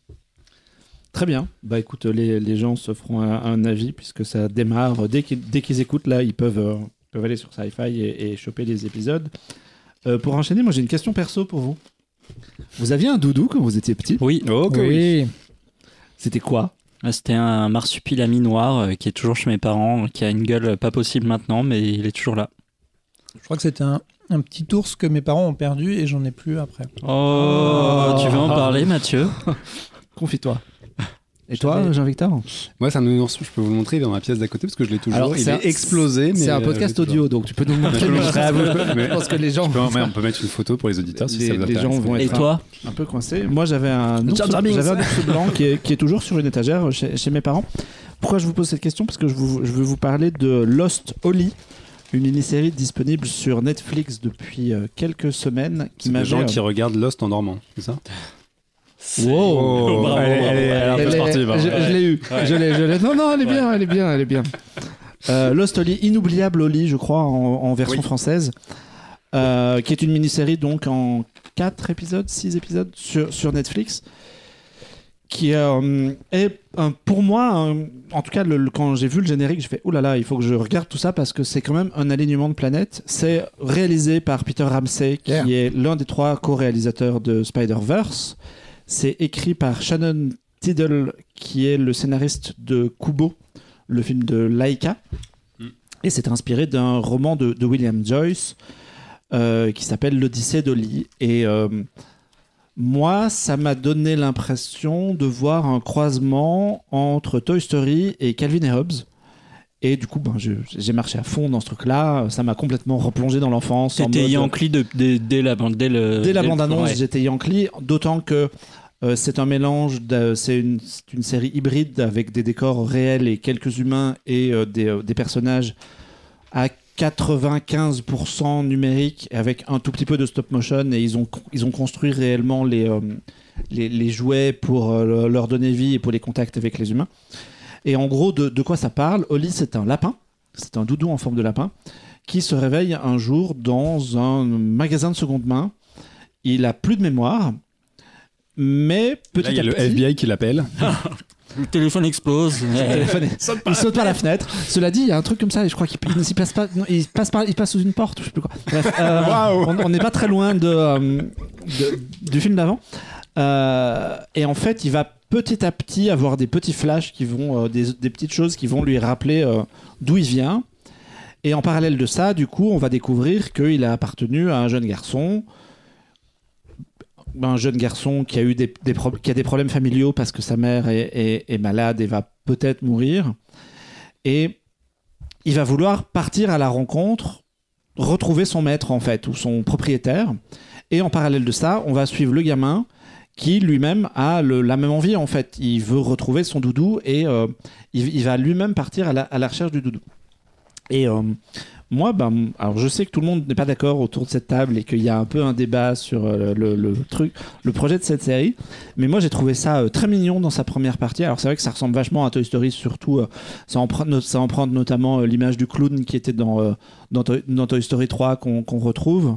Speaker 1: Très bien. Bah écoute, les gens se feront un avis puisque ça démarre. Dès qu'ils écoutent, là, ils peuvent aller sur Sci-Fi et choper les épisodes. Pour enchaîner, moi j'ai une question perso pour vous. Vous aviez un doudou quand vous étiez petit?
Speaker 3: Oui.
Speaker 4: Oui.
Speaker 1: C'était quoi?
Speaker 3: C'était un marsupilami noir qui est toujours chez mes parents, qui a une gueule pas possible maintenant, mais il est toujours là.
Speaker 4: Je crois que c'était un petit ours que mes parents ont perdu et j'en ai plus après.
Speaker 3: Oh, tu veux en parler, Mathieu?
Speaker 1: Confie-toi. Et toi, Jean-Victor?
Speaker 2: Moi, c'est un nounours, je peux vous le montrer, il est dans ma pièce d'à côté parce que je l'ai toujours.
Speaker 1: Alors,
Speaker 2: il est explosé.
Speaker 1: C'est un podcast audio, donc tu peux nous montrer. Je pense que les gens.
Speaker 2: On peut mettre une photo pour les auditeurs si ça vous intéresse.
Speaker 1: Les gens vont être
Speaker 3: Et toi?
Speaker 1: un peu coincés. Moi, j'avais un ours blanc qui est toujours sur une étagère chez mes parents. Pourquoi je vous pose cette question? Parce que je veux vous parler de Lost Holly, une mini-série disponible sur Netflix depuis quelques semaines.
Speaker 2: C'est des gens qui regardent Lost en dormant, c'est ça?
Speaker 1: Wow,
Speaker 3: bravo,
Speaker 1: elle est un peu sportive. Je l'ai eu.
Speaker 3: Ouais.
Speaker 1: Je l'ai. Non, elle est bien. Lost Holly, inoubliable Holly, je crois, en version française, qui est une mini-série donc en 6 épisodes sur Netflix, qui est pour moi, en tout cas, quand j'ai vu le générique, j'ai fait oh là là, il faut que je regarde tout ça parce que c'est quand même un alignement de planètes. C'est réalisé par Peter Ramsey, qui est l'un des 3 co-réalisateurs de Spider-Verse. C'est écrit par Shannon Tiddle, qui est le scénariste de Kubo, le film de Laika. Et c'est inspiré d'un roman de William Joyce qui s'appelle L'Odyssée d'Holly. Et moi, ça m'a donné l'impression de voir un croisement entre Toy Story et Calvin et Hobbes. Et du coup, j'ai marché à fond dans ce truc-là. Ça m'a complètement replongé dans l'enfance.
Speaker 3: T'étais Yankee dès la
Speaker 1: bande-annonce,
Speaker 3: ouais.
Speaker 1: J'étais Yankee. D'autant que c'est un mélange, c'est une série hybride avec des décors réels et quelques humains et des personnages à 95% numériques avec un tout petit peu de stop motion. Et ils ont construit réellement les jouets pour leur donner vie et pour les contacts avec les humains. Et en gros, de quoi ça parle? Holly, c'est un lapin, c'est un doudou en forme de lapin, qui se réveille un jour dans un magasin de seconde main. Il a plus de mémoire, mais petit à petit...
Speaker 2: Il y a le FBI qui l'appelle.
Speaker 3: Le téléphone explose.
Speaker 1: Il saute par la fenêtre. Cela dit, il y a un truc comme ça, et je crois qu'il ne s'y passe pas. Non, il passe sous une porte, je sais plus quoi. Bref, on n'est pas très loin du film d'avant. Et en fait, il va petit à petit avoir des petits flashs qui vont, des petites choses qui vont lui rappeler d'où il vient. Et en parallèle de ça, du coup, on va découvrir qu'il a appartenu à un jeune garçon. Un jeune garçon qui a eu qui a des problèmes familiaux parce que sa mère est malade et va peut-être mourir. Et il va vouloir partir à la rencontre, retrouver son maître en fait, ou son propriétaire. Et en parallèle de ça, on va suivre le gamin qui lui-même a la même envie en fait. Il veut retrouver son doudou et il va lui-même partir à la recherche du doudou. Et moi, alors je sais que tout le monde n'est pas d'accord autour de cette table et qu'il y a un peu un débat sur le projet de cette série, mais moi j'ai trouvé ça très mignon dans sa première partie. Alors c'est vrai que ça ressemble vachement à Toy Story, surtout ça emprunte notamment l'image du clown qui était dans Toy Story 3 qu'on retrouve.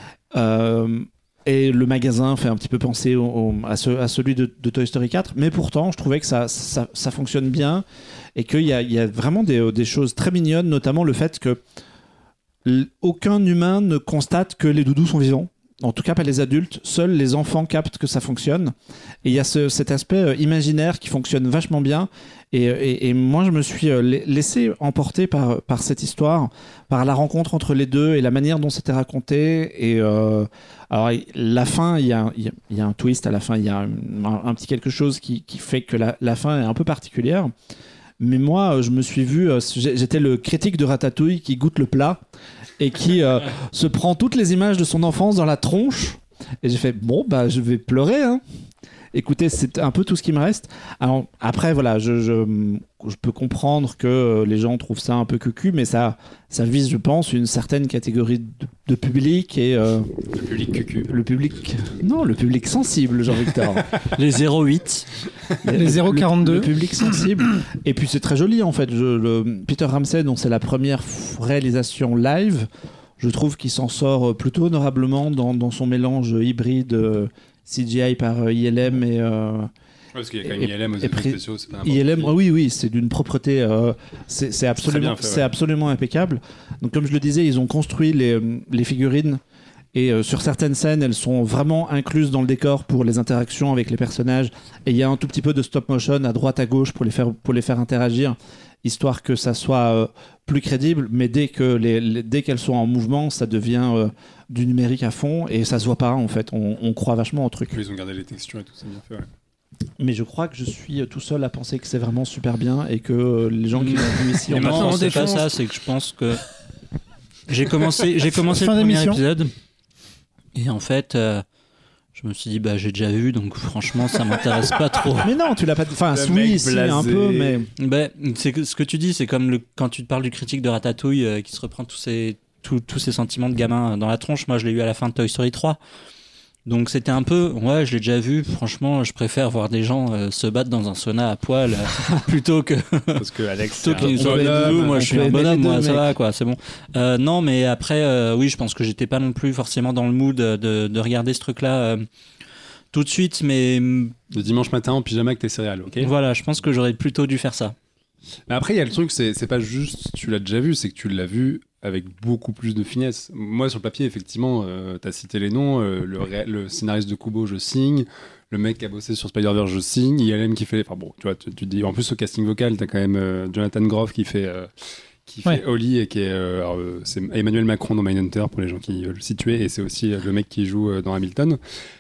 Speaker 1: Et le magasin fait un petit peu penser à celui de Toy Story 4, mais pourtant je trouvais que ça fonctionne bien et qu'il y a vraiment des choses très mignonnes, notamment le fait que aucun humain ne constate que les doudous sont vivants. En tout cas, pas les adultes. Seuls les enfants captent que ça fonctionne. Et il y a cet aspect imaginaire qui fonctionne vachement bien. Et moi, je me suis laissé emporter par cette histoire, par la rencontre entre les deux et la manière dont c'était raconté. Et alors, la fin, il y a un twist à la fin. Il y a un petit quelque chose qui fait que la fin est un peu particulière. Mais moi, je me suis vu... j'étais le critique de Ratatouille qui goûte le plat et qui se prend toutes les images de son enfance dans la tronche. Et j'ai fait, je vais pleurer, hein. Écoutez, c'est un peu tout ce qui me reste. Alors, après, voilà, je peux comprendre que les gens trouvent ça un peu cucu, mais ça vise, je pense, une certaine catégorie de public. Et,
Speaker 2: le public cucu.
Speaker 1: Le public sensible, Jean-Victor.
Speaker 3: Les 0,8.
Speaker 4: Les 0,42.
Speaker 1: Le public sensible. Et puis, c'est très joli, en fait. Peter Ramsey, dont c'est la première réalisation live, je trouve qu'il s'en sort plutôt honorablement dans son mélange hybride CGI par ILM et...
Speaker 2: parce qu'il y a quand même ILM aux effets spéciaux, c'est pas n'importe
Speaker 1: ILM,
Speaker 2: qui.
Speaker 1: oui, c'est d'une propreté, c'est absolument, c'est absolument impeccable. Donc comme je le disais, ils ont construit les figurines et sur certaines scènes, elles sont vraiment incluses dans le décor pour les interactions avec les personnages. Et il y a un tout petit peu de stop motion à droite à gauche pour les faire interagir, histoire que ça soit plus crédible. Mais dès qu'elles sont en mouvement, ça devient du numérique à fond et ça se voit pas en fait. On croit vachement au truc.
Speaker 2: Ils ont gardé les textures et tout, c'est bien fait. Ouais.
Speaker 1: Mais je crois que je suis tout seul à penser que c'est vraiment super bien et que les gens qui l'ont vu ici ont
Speaker 3: Non, c'est pas ça, c'est que je pense que j'ai commencé le premier épisode et en fait je me suis dit j'ai déjà vu, donc franchement ça m'intéresse pas trop.
Speaker 1: Mais non, tu l'as pas. Enfin, oui, si, un peu, mais.
Speaker 3: C'est ce que tu dis, c'est comme quand tu te parles du critique de Ratatouille qui se reprend tous ces sentiments de gamin dans la tronche. Moi, je l'ai eu à la fin de Toy Story 3. Donc c'était un peu, je l'ai déjà vu. Franchement, je préfère voir des gens se battre dans un sauna à poil plutôt que.
Speaker 2: Parce que Alex,
Speaker 3: plutôt qu'ils soient bonhomme. Moi, je suis un bonhomme. Moi, ça va, quoi. C'est bon. Non, mais après, oui, je pense que j'étais pas non plus forcément dans le mood de regarder ce truc-là tout de suite, mais.
Speaker 2: Le dimanche matin en pyjama avec tes céréales, ok.
Speaker 3: Voilà, je pense que j'aurais plutôt dû faire ça.
Speaker 2: Mais après, il y a le truc, c'est pas juste tu l'as déjà vu, c'est que tu l'as vu avec beaucoup plus de finesse. Moi, sur le papier, effectivement, t'as cité les noms, le scénariste de Kubo, je signe, le mec qui a bossé sur Spider-Verse, je signe, ILM qui fait... Enfin bon, tu vois, tu te dis... En plus, au casting vocal, t'as quand même Jonathan Groff qui fait Oli et qui est... c'est Emmanuel Macron dans Mindhunter, pour les gens qui veulent le situer, et c'est aussi le mec qui joue dans Hamilton.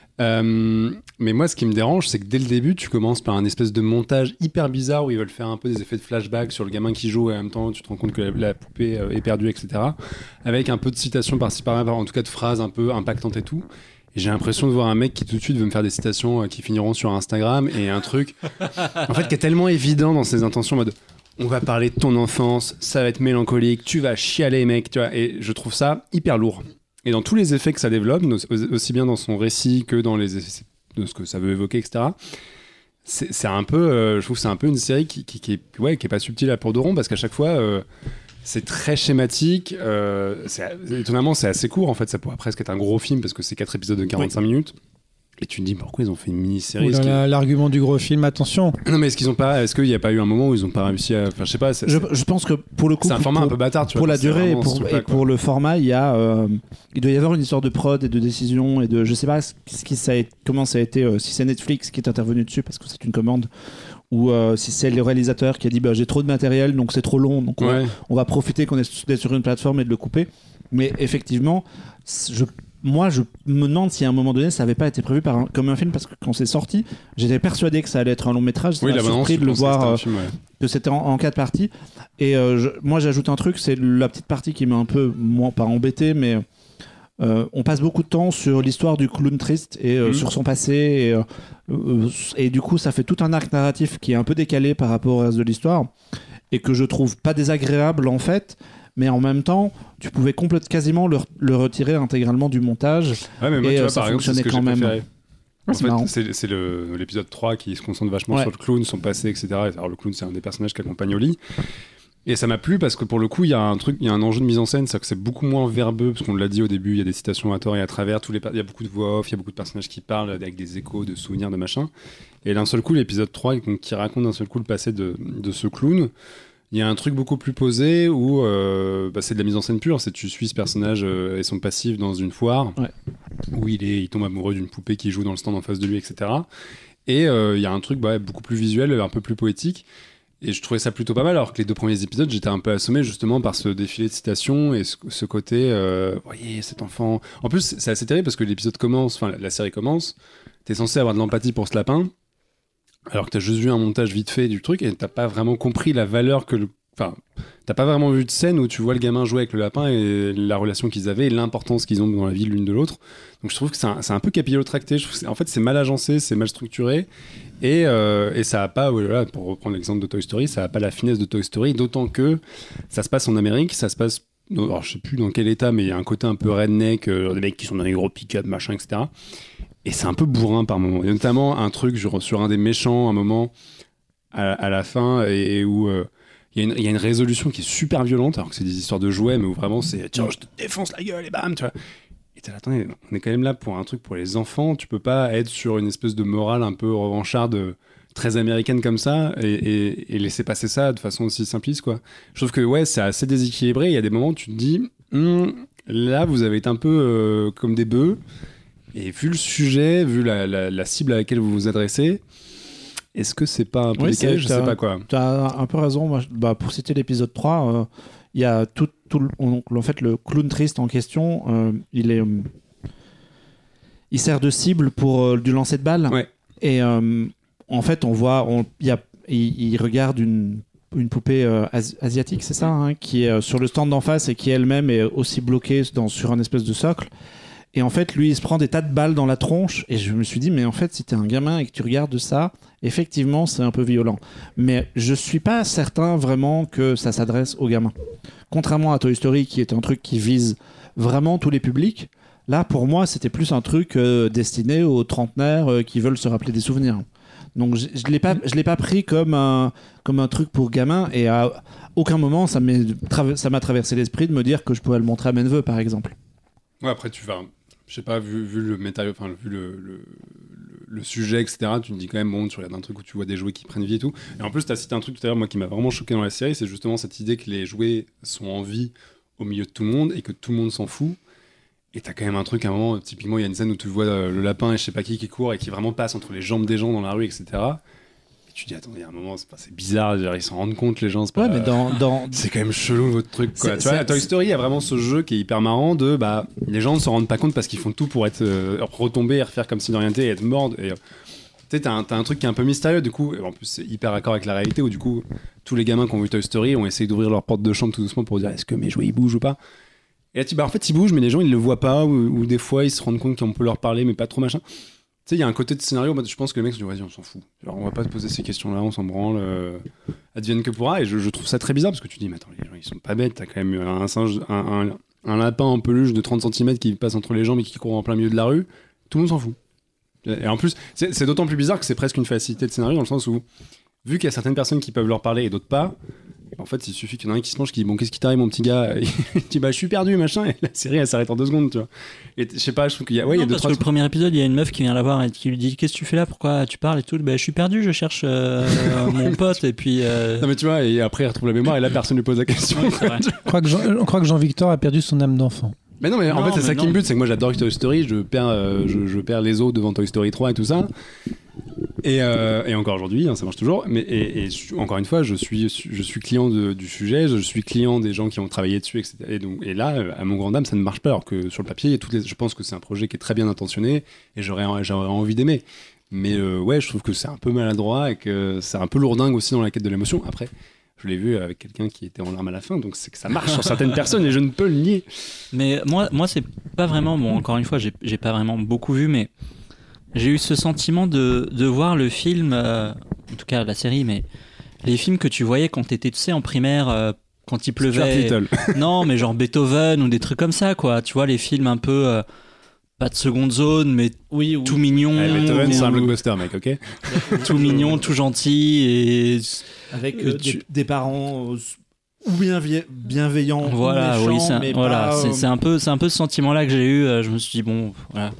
Speaker 2: Mais moi, ce qui me dérange, c'est que dès le début, tu commences par un espèce de montage hyper bizarre où ils veulent faire un peu des effets de flashback sur le gamin qui joue et en même temps, tu te rends compte que la poupée est perdue, etc. Avec un peu de citations par-ci par-là, en tout cas de phrases un peu impactantes et tout. Et j'ai l'impression de voir un mec qui tout de suite veut me faire des citations qui finiront sur Instagram et un truc, en fait, qui est tellement évident dans ses intentions, en mode on va parler de ton enfance, ça va être mélancolique, tu vas chialer, mec, tu vois. Et je trouve ça hyper lourd. Et dans tous les effets que ça développe, aussi bien dans son récit que dans les effets de ce que ça veut évoquer, etc. C'est un peu, je trouve que c'est un peu une série qui est pas subtile à pour de rond, parce qu'à chaque fois, c'est très schématique. Étonnamment, c'est assez court, en fait. Ça pourrait presque être un gros film, parce que c'est 4 épisodes de 45 minutes. Et tu te dis pourquoi ils ont fait une mini-série.
Speaker 4: L'argument du gros film, attention.
Speaker 2: Non, mais est-ce qu'il n'y a pas eu un moment où ils n'ont pas réussi à. Enfin, je sais pas.
Speaker 1: Je pense que pour le coup.
Speaker 2: C'est un format un peu bâtard, tu vois.
Speaker 1: Pour la durée et pour le format, il doit y avoir une histoire de prod et de décision et de. Je sais pas comment ça a été, si c'est Netflix qui est intervenu dessus parce que c'est une commande, ou si c'est le réalisateur qui a dit j'ai trop de matériel donc c'est trop long, donc on va profiter qu'on est sur une plateforme et de le couper. Mais effectivement, moi, je me demande si à un moment donné, ça n'avait pas été prévu comme un film, parce que quand c'est sorti, j'étais persuadé que ça allait être un long métrage. Ça m'a surpris de le voir, que c'était en 4 parties. Et moi, j'ajoute un truc, c'est la petite partie qui m'a un peu, pas embêté, mais on passe beaucoup de temps sur l'histoire du clown triste et sur son passé. Et du coup, ça fait tout un arc narratif qui est un peu décalé par rapport au reste de l'histoire, et que je trouve pas désagréable, en fait. Mais en même temps, tu pouvais quasiment le retirer intégralement du montage.
Speaker 2: Ouais, mais moi,
Speaker 1: et
Speaker 2: tu vois,
Speaker 1: ça
Speaker 2: par exemple,
Speaker 1: fonctionnait quand même.
Speaker 2: En fait, c'est l'épisode 3 qui se concentre vachement sur le clown, son passé, etc. Alors, le clown, c'est un des personnages qui accompagne Oli. Et ça m'a plu parce que pour le coup, il y a un enjeu de mise en scène, c'est que c'est beaucoup moins verbeux, parce qu'on l'a dit au début, il y a des citations à tort et à travers, il y a beaucoup de voix off, il y a beaucoup de personnages qui parlent avec des échos, de souvenirs, de machin. Et d'un seul coup, l'épisode 3, qui raconte d'un seul coup le passé de ce clown, il y a un truc beaucoup plus posé où c'est de la mise en scène pure, c'est tu suis ce personnage et son passif dans une foire où il tombe amoureux d'une poupée qui joue dans le stand en face de lui, etc. Et il y a un truc beaucoup plus visuel, un peu plus poétique. Et je trouvais ça plutôt pas mal, alors que les 2 premiers épisodes, j'étais un peu assommé justement par ce défilé de citations et ce côté, voyez, cet enfant. En plus, c'est assez terrible parce que la série commence, t'es censé avoir de l'empathie pour ce lapin, alors que t'as juste vu un montage vite fait du truc et t'as pas vraiment compris la valeur t'as pas vraiment vu de scène où tu vois le gamin jouer avec le lapin et la relation qu'ils avaient et l'importance qu'ils ont dans la vie l'une de l'autre. Donc je trouve que c'est un peu capillotracté. En fait, c'est mal agencé, c'est mal structuré et ça a pas, pour reprendre l'exemple de Toy Story, ça a pas la finesse de Toy Story, d'autant que ça se passe en Amérique, ça se passe, alors je sais plus dans quel état, mais il y a un côté un peu redneck, des mecs qui sont dans les gros pick-up, machin, etc. Et c'est un peu bourrin par moment. Il y a notamment un truc sur un des méchants, un moment à la fin, et où il y a une résolution qui est super violente, alors que c'est des histoires de jouets, mais où vraiment c'est tiens, je te défonce la gueule et bam, tu vois. Et t'es là, attendez, on est quand même là pour un truc pour les enfants, tu peux pas être sur une espèce de morale un peu revancharde, très américaine comme ça, et laisser passer ça de façon aussi simpliste, quoi. Je trouve que c'est assez déséquilibré. Il y a des moments où tu te dis, là, vous avez été un peu comme des bœufs. Et vu le sujet, vu la cible à laquelle vous vous adressez, est-ce que c'est pas un peu décalé ? Je sais pas quoi.
Speaker 1: T'as un peu raison. Moi, pour citer l'épisode 3, il y a en fait, le clown triste en question, il sert de cible pour du lancer de balles.
Speaker 2: Ouais.
Speaker 1: Et en fait, on voit, il regarde une poupée asiatique, c'est ça, hein, qui est sur le stand d'en face et qui elle-même est aussi bloquée sur un espèce de socle. Et en fait, lui, il se prend des tas de balles dans la tronche. Et je me suis dit, mais en fait, si t'es un gamin et que tu regardes ça, effectivement, c'est un peu violent. Mais je suis pas certain vraiment que ça s'adresse aux gamins. Contrairement à Toy Story, qui est un truc qui vise vraiment tous les publics, là, pour moi, c'était plus un truc destiné aux trentenaires qui veulent se rappeler des souvenirs. Donc, je l'ai pas pris comme un truc pour gamins. Et à aucun moment, ça m'a traversé l'esprit de me dire que je pourrais le montrer à mes neveux, par exemple.
Speaker 2: Ouais, après, tu vas... Je sais pas, vu le matériau, enfin, vu le sujet, etc., tu te dis quand même, bon, tu regardes un truc où tu vois des jouets qui prennent vie et tout. Et en plus, tu as cité un truc tout à l'heure, moi, qui m'a vraiment choqué dans la série, c'est justement cette idée que les jouets sont en vie au milieu de tout le monde et que tout le monde s'en fout. Et t'as quand même un truc, à un moment, typiquement, il y a une scène où tu vois le lapin et je sais pas qui court et qui vraiment passe entre les jambes des gens dans la rue, etc. Et tu te dis, attends, il y a un moment, c'est bizarre, ils s'en rendent compte, les gens. C'est pas,
Speaker 1: mais
Speaker 2: c'est quand même chelou, votre truc, quoi. Tu vois, à Toy Story, il y a vraiment ce jeu qui est hyper marrant de, les gens ne s'en rendent pas compte parce qu'ils font tout pour être retomber et refaire comme si de rien n'était et être mordre. Et tu sais, t'as un truc qui est un peu mystérieux, du coup, et en plus, c'est hyper raccord avec la réalité où, du coup, tous les gamins qui ont vu Toy Story ont essayé d'ouvrir leur porte de chambre tout doucement pour dire, est-ce que mes jouets ils bougent ou pas? Et là, en fait, ils bougent, mais les gens, ils le voient pas, ou des fois, ils se rendent compte qu'on peut leur parler, mais pas trop machin. Tu sais, il y a un côté de scénario, je pense que les mecs se disent, vas-y, on s'en fout. Genre, on va pas se poser ces questions-là, on s'en branle, advienne que pourra. Et je trouve ça très bizarre, parce que tu dis, mais attends, les gens, ils sont pas bêtes. T'as quand même un singe, un lapin en peluche de 30 cm qui passe entre les jambes et qui court en plein milieu de la rue. Tout le monde s'en fout. Et en plus, c'est d'autant plus bizarre que c'est presque une facilité de scénario, dans le sens où, vu qu'il y a certaines personnes qui peuvent leur parler et d'autres pas, en fait, il suffit qu'il y en ait un qui se penche, qui dit, bon, qu'est-ce qui t'arrive, mon petit gars? Il dit, je suis perdu, machin, et la série, elle s'arrête en 2 secondes, tu vois. Et je sais pas, je trouve qu'il y a, il y a
Speaker 3: parce que le premier épisode, il y a une meuf qui vient la voir et qui lui dit, qu'est-ce que tu fais là? Pourquoi tu parles et tout? Je suis perdu, je cherche mon pote, et puis.
Speaker 2: Non, mais tu vois, et après, il retrouve la mémoire, et là, personne lui pose la question.
Speaker 3: Ouais, c'est vrai.
Speaker 4: On croit que Jean-Victor a perdu son âme d'enfant.
Speaker 2: Mais non, mais en fait, c'est ça qui me bute, c'est que moi, j'adore Toy Story, je perds les os devant Toy Story 3 et tout ça. Et encore aujourd'hui, ça marche toujours. Mais encore une fois, je suis client du sujet, je suis client des gens qui ont travaillé dessus, etc. Et là, à mon grand dame, ça ne marche pas. Alors que sur le papier, je pense que c'est un projet qui est très bien intentionné et j'aurais envie d'aimer. Mais ouais, je trouve que c'est un peu maladroit et que c'est un peu lourdingue aussi dans la quête de l'émotion. Après, je l'ai vu avec quelqu'un qui était en larmes à la fin, donc c'est que ça marche sur certaines personnes et je ne peux le nier.
Speaker 3: Mais moi c'est pas vraiment. Bon, encore une fois, j'ai pas vraiment beaucoup vu, mais. J'ai eu ce sentiment de voir le film, en tout cas la série, mais les films que tu voyais quand t'étais, tu sais, en primaire, quand il pleuvait. Non, mais genre Beethoven ou des trucs comme ça, quoi. Tu vois, les films un peu, pas de seconde zone, mais tout mignon.
Speaker 2: Beethoven, c'est un blockbuster, mec, ok?
Speaker 3: Tout mignon, tout gentil, et
Speaker 1: avec des parents ou bienveillants,
Speaker 3: voilà,
Speaker 1: ou méchants,
Speaker 3: oui,
Speaker 1: mais
Speaker 3: voilà,
Speaker 1: pas,
Speaker 3: c'est un peu ce sentiment-là que j'ai eu. Je me suis dit, bon, voilà.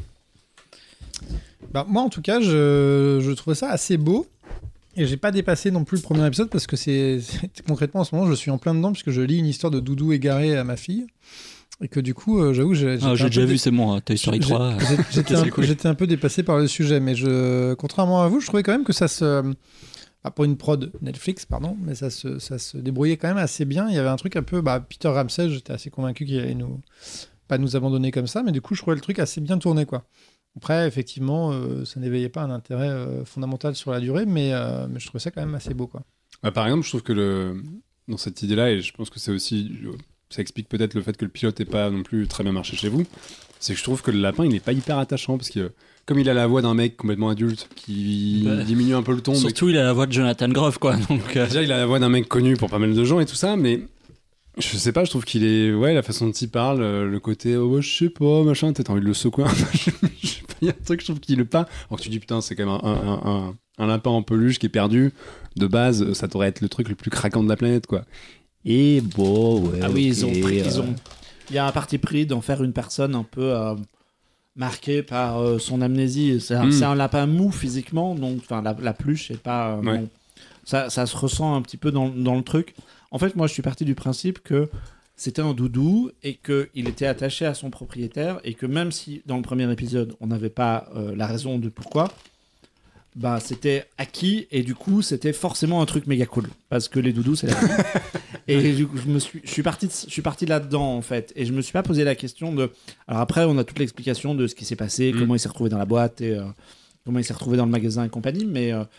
Speaker 4: Moi, en tout cas, je trouvais ça assez beau. Et j'ai pas dépassé non plus le premier épisode parce que c'est concrètement en ce moment, je suis en plein dedans puisque je lis une histoire de doudou égaré à ma fille. Et que du coup, j'avoue, j'ai
Speaker 3: déjà vu, c'est bon, Toy Story 3.
Speaker 4: J'étais un peu dépassé par le sujet. Mais contrairement à vous, je trouvais quand même que ça se. Pour une prod Netflix, pardon, mais ça se débrouillait quand même assez bien. Il y avait un truc un peu. Peter Ramsey, j'étais assez convaincu qu'il allait pas nous abandonner comme ça. Mais du coup, je trouvais le truc assez bien tourné, quoi. Après, effectivement, ça n'éveillait pas un intérêt fondamental sur la durée, mais je trouvais ça quand même assez beau, quoi.
Speaker 2: Par exemple, je trouve que dans cette idée-là, et je pense que c'est aussi, ça explique peut-être le fait que le pilote n'ait pas non plus très bien marché chez vous, c'est que je trouve que le lapin, il n'est pas hyper attachant, parce que comme il a la voix d'un mec complètement adulte qui diminue un peu le ton.
Speaker 3: Surtout, il a la voix de Jonathan Groff, quoi. Donc,
Speaker 2: déjà, il a la voix d'un mec connu pour pas mal de gens et tout ça, mais je sais pas, je trouve qu'il est. Ouais, la façon dont il parle, le côté, je sais pas, machin, t'as envie de le secouer. Il y a un truc, je trouve qu'il est pas. Alors que tu dis, putain, c'est quand même un lapin en peluche qui est perdu. De base, ça devrait être le truc le plus craquant de la planète, quoi. Et bon, ouais.
Speaker 1: Ah oui, il y a un parti pris d'en faire une personne un peu marquée par son amnésie. C'est un lapin mou physiquement, donc la peluche, c'est pas.
Speaker 2: Ouais.
Speaker 1: Bon, ça se ressent un petit peu dans le truc. En fait, moi, je suis parti du principe que c'était un doudou et qu'il était attaché à son propriétaire et que même si, dans le premier épisode, on n'avait pas la raison de pourquoi, c'était acquis et du coup, c'était forcément un truc méga cool. Parce que les doudous, c'est la vie. Et du coup, je suis parti là-dedans, en fait. Et je me suis pas posé la question de... Alors après, on a toute l'explication de ce qui s'est passé, comment il s'est retrouvé dans la boîte et comment il s'est retrouvé dans le magasin et compagnie, mais...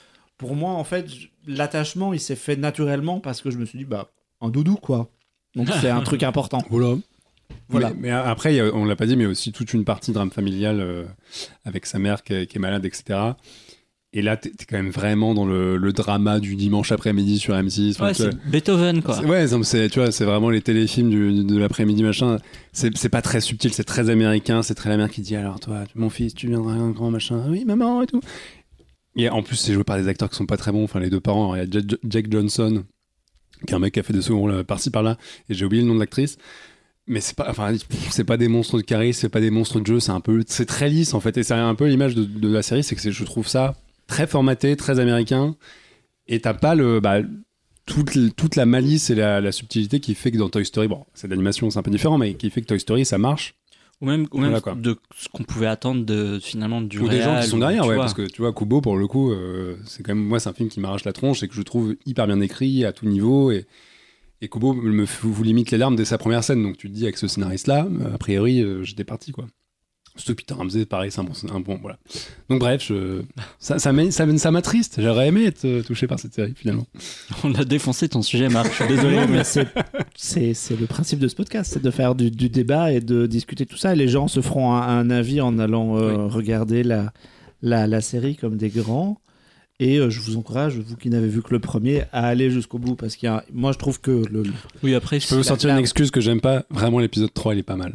Speaker 1: pour moi, en fait, l'attachement, il s'est fait naturellement parce que je me suis dit, un doudou, quoi. Donc c'est un truc important.
Speaker 2: Voilà. Mais après, on l'a pas dit, mais aussi toute une partie drame familial avec sa mère qui est malade, etc. Et là, t'es quand même vraiment dans le drama du dimanche après-midi sur M6.
Speaker 3: Ouais, c'est Beethoven, quoi.
Speaker 2: C'est vraiment les téléfilms de l'après-midi, machin. C'est pas très subtil, c'est très américain. C'est très la mère qui dit, alors toi, mon fils, tu viendras un grand machin. Oui, maman, et tout. Et en plus, c'est joué par des acteurs qui sont pas très bons. Enfin, les deux parents, il y a Jake Johnson, qui est un mec qui a fait des seconds par-ci par-là. Et j'ai oublié le nom de l'actrice. Mais c'est pas des monstres de charisme, c'est pas des monstres de jeu. C'est très lisse, en fait. Et c'est un peu l'image de la série, c'est que je trouve ça très formaté, très américain, et t'as pas toute la malice et la subtilité qui fait que dans Toy Story, bon, c'est de l'animation, c'est un peu différent, mais qui fait que Toy Story, ça marche.
Speaker 3: Ou même de ce qu'on pouvait attendre finalement du
Speaker 2: ou
Speaker 3: réel.
Speaker 2: Ou des gens qui sont derrière, parce que tu vois, Kubo, pour le coup, c'est quand même, moi, c'est un film qui m'arrache la tronche et que je trouve hyper bien écrit à tout niveau, et Kubo vous limite les larmes dès sa première scène, donc tu te dis, avec ce scénariste-là, a priori, j'étais parti, quoi. Surtout Peter Ramsey, pareil, c'est un bon, voilà. Donc bref, ça m'attriste. J'aurais aimé être touché par cette série, finalement.
Speaker 3: On a défoncé ton sujet, Marc. Je suis désolé.
Speaker 1: Mais c'est le principe de ce podcast, c'est de faire du débat et de discuter tout ça. Et les gens se feront un avis en allant regarder la série comme des grands. Et je vous encourage, vous qui n'avez vu que le premier, à aller jusqu'au bout. Parce moi, je trouve que
Speaker 3: Oui, après,
Speaker 2: je peux vous sortir une excuse que j'aime pas. Vraiment, l'épisode 3, il est pas mal.